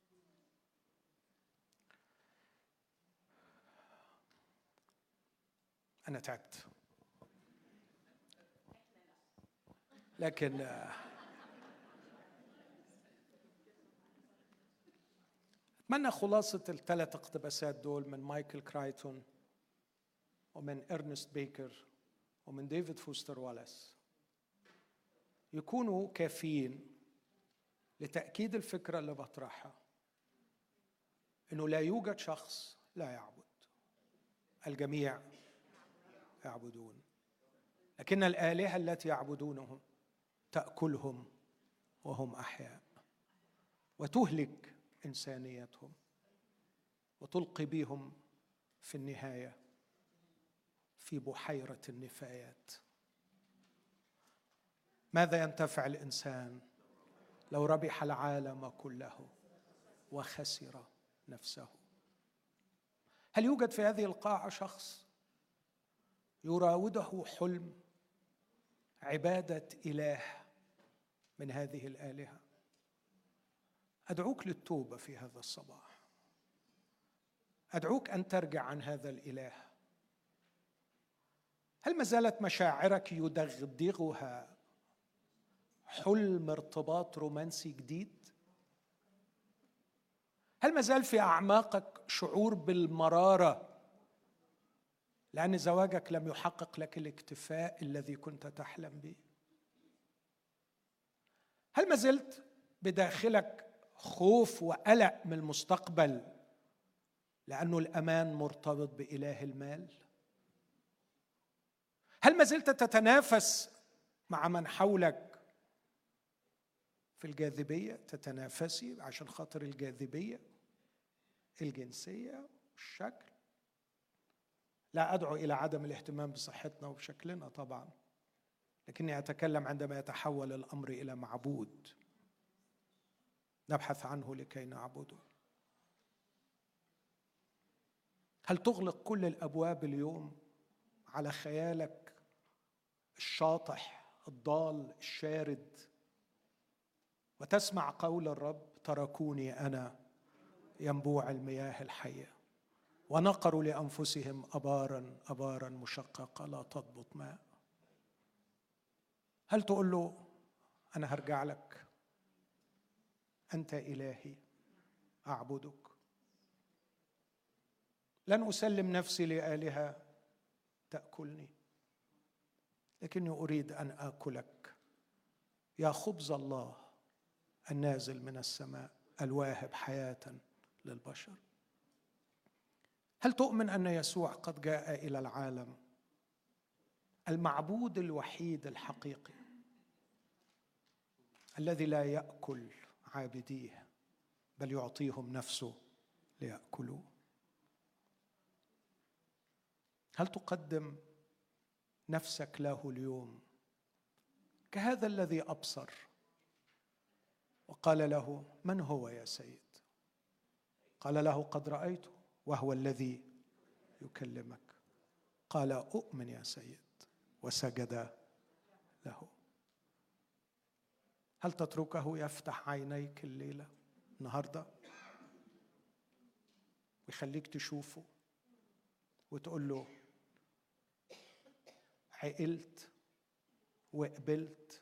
أنا تعبت، لكن أتمنى خلاصة الثلاث اقتباسات دول من مايكل كرايتون ومن إرنست بيكر ومن ديفيد فوستر والاس يكونوا كافيين لتأكيد الفكرة اللي بطرحها، إنه لا يوجد شخص لا يعبد، الجميع يعبدون، لكن الآلهة التي يعبدونهم تأكلهم وهم أحياء، وتهلك إنسانيتهم، وتلقي بهم في النهاية في بحيرة النفايات. ماذا ينتفع الإنسان لو ربح العالم كله وخسر نفسه؟ هل يوجد في هذه القاعة شخص يراوده حلم عبادة إله من هذه الآلهة؟ أدعوك للتوبة في هذا الصباح، أدعوك أن ترجع عن هذا الإله. هل ما زالت مشاعرك يدغدغها حلم ارتباط رومانسي جديد؟ هل ما زال في أعماقك شعور بالمرارة لأن زواجك لم يحقق لك الاكتفاء الذي كنت تحلم به؟ هل ما زلت بداخلك خوف وقلق من المستقبل لأنه الأمان مرتبط بإله المال؟ هل ما زلت تتنافس مع من حولك في الجاذبية، تتنافسي عشان خاطر الجاذبية الجنسية والشكل. لا أدعو إلى عدم الاهتمام بصحتنا وبشكلنا طبعا، لكني أتكلم عندما يتحول الأمر إلى معبود نبحث عنه لكي نعبده. هل تغلق كل الأبواب اليوم على خيالك الشاطح الضال الشارد وتسمع قول الرب: تركوني أنا ينبوع المياه الحية ونقروا لأنفسهم أبارا أبارا مشققة لا تضبط ماء؟ هل تقول له: أنا هرجع لك، أنت إلهي أعبدك، لن أسلم نفسي لآلهة تأكلني، لكني أريد أن آكلك يا خبز الله النازل من السماء الواهب حياة للبشر؟ هل تؤمن أن يسوع قد جاء إلى العالم المعبود الوحيد الحقيقي الذي لا يأكل عابديه بل يعطيهم نفسه ليأكلوه؟ هل تقدم نفسك له اليوم كهذا الذي أبصر وقال له: من هو يا سيد؟ قال له: قد رأيته وهو الذي يكلمك. قال: أؤمن يا سيد، وسجد له. هل تتركه يفتح عينيك الليلة النهاردة ويخليك تشوفه وتقول له: عقلت وقبلت،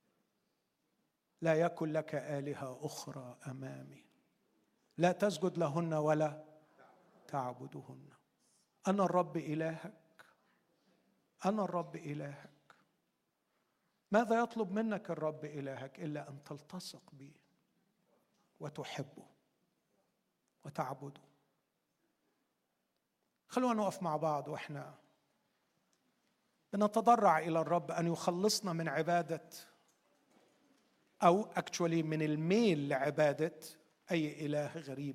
لا يكن لك آلهة أخرى أمامي، لا تسجد لهن ولا تعبدهن، أنا الرب إلهك، أنا الرب إلهك. ماذا يطلب منك الرب إلهك إلا أن تلتصق به وتحبه وتعبده؟ خلونا نقف مع بعض وإحنا بنتضرع إلى الرب أن يخلصنا من عبادة أو من الميل لعبادة أي إله غريب.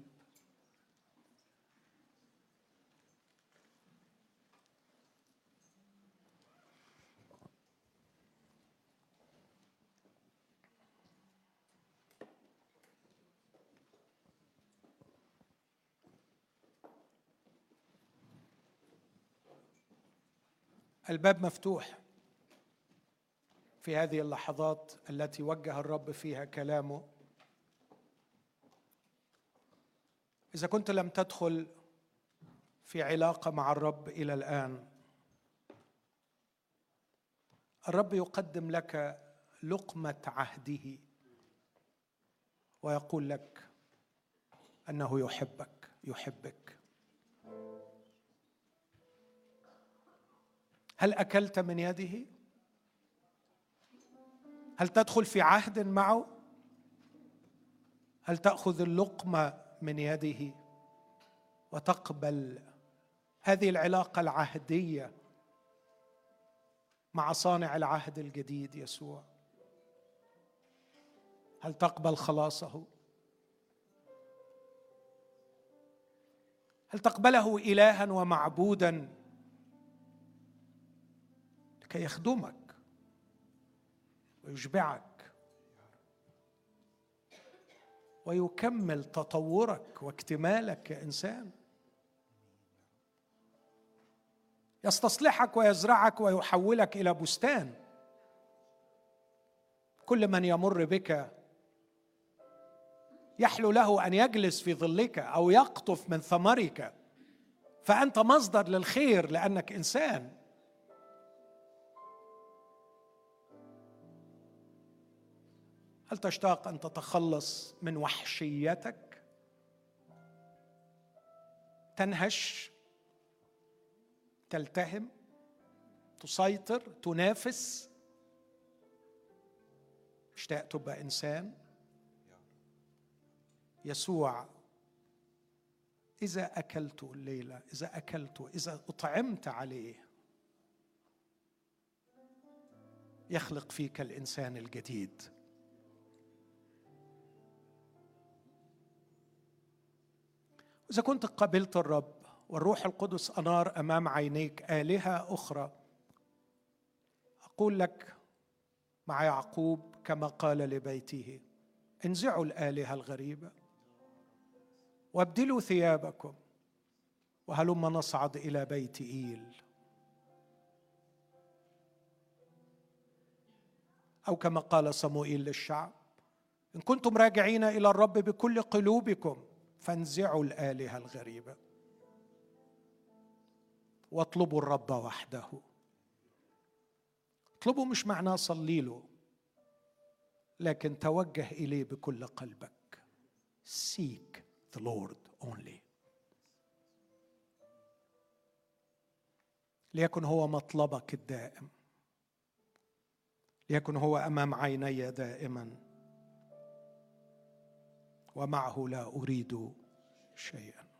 الباب مفتوح في هذه اللحظات التي وجه الرب فيها كلامه. إذا كنت لم تدخل في علاقة مع الرب إلى الآن، الرب يقدم لك لقمة عهده ويقول لك أنه يحبك. هل أكلت من يده؟ هل تدخل في عهد معه؟ هل تأخذ اللقمة من يده وتقبل هذه العلاقة العهدية مع صانع العهد الجديد يسوع؟ هل تقبل خلاصه؟ هل تقبله إلها ومعبودا لكي يخدمك ويشبعك ويكمل تطورك واكتمالك كإنسان، يستصلحك ويزرعك ويحولك إلى بستان؟ كل من يمر بك يحلو له أن يجلس في ظلك أو يقطف من ثمرك، فأنت مصدر للخير لأنك إنسان. هل تشتاق أن تتخلص من وحشيتك؟ تنهش، تلتهم، تسيطر، تنافس؟ اشتاق تبقى إنسان؟ يسوع إذا أكلت الليلة، إذا أطعمت عليه، يخلق فيك الإنسان الجديد. إذا كنت قبلت الرب والروح القدس أنار أمام عينيك آلهة أخرى، أقول لك مع يعقوب كما قال لبيته: انزعوا الآلهة الغريبة وابدلوا ثيابكم وهلما نصعد إلى بيت إيل. أو كما قال صموئيل للشعب: إن كنتم راجعين إلى الرب بكل قلوبكم فانزعوا الآلهة الغريبة واطلبوا الرب وحده. اطلبوا مش معناه صلي له، لكن توجه إليه بكل قلبك. Seek the Lord only. ليكن هو مطلبك الدائم، ليكن هو أمام عيني دائما، ومعه لا أريد شيئا.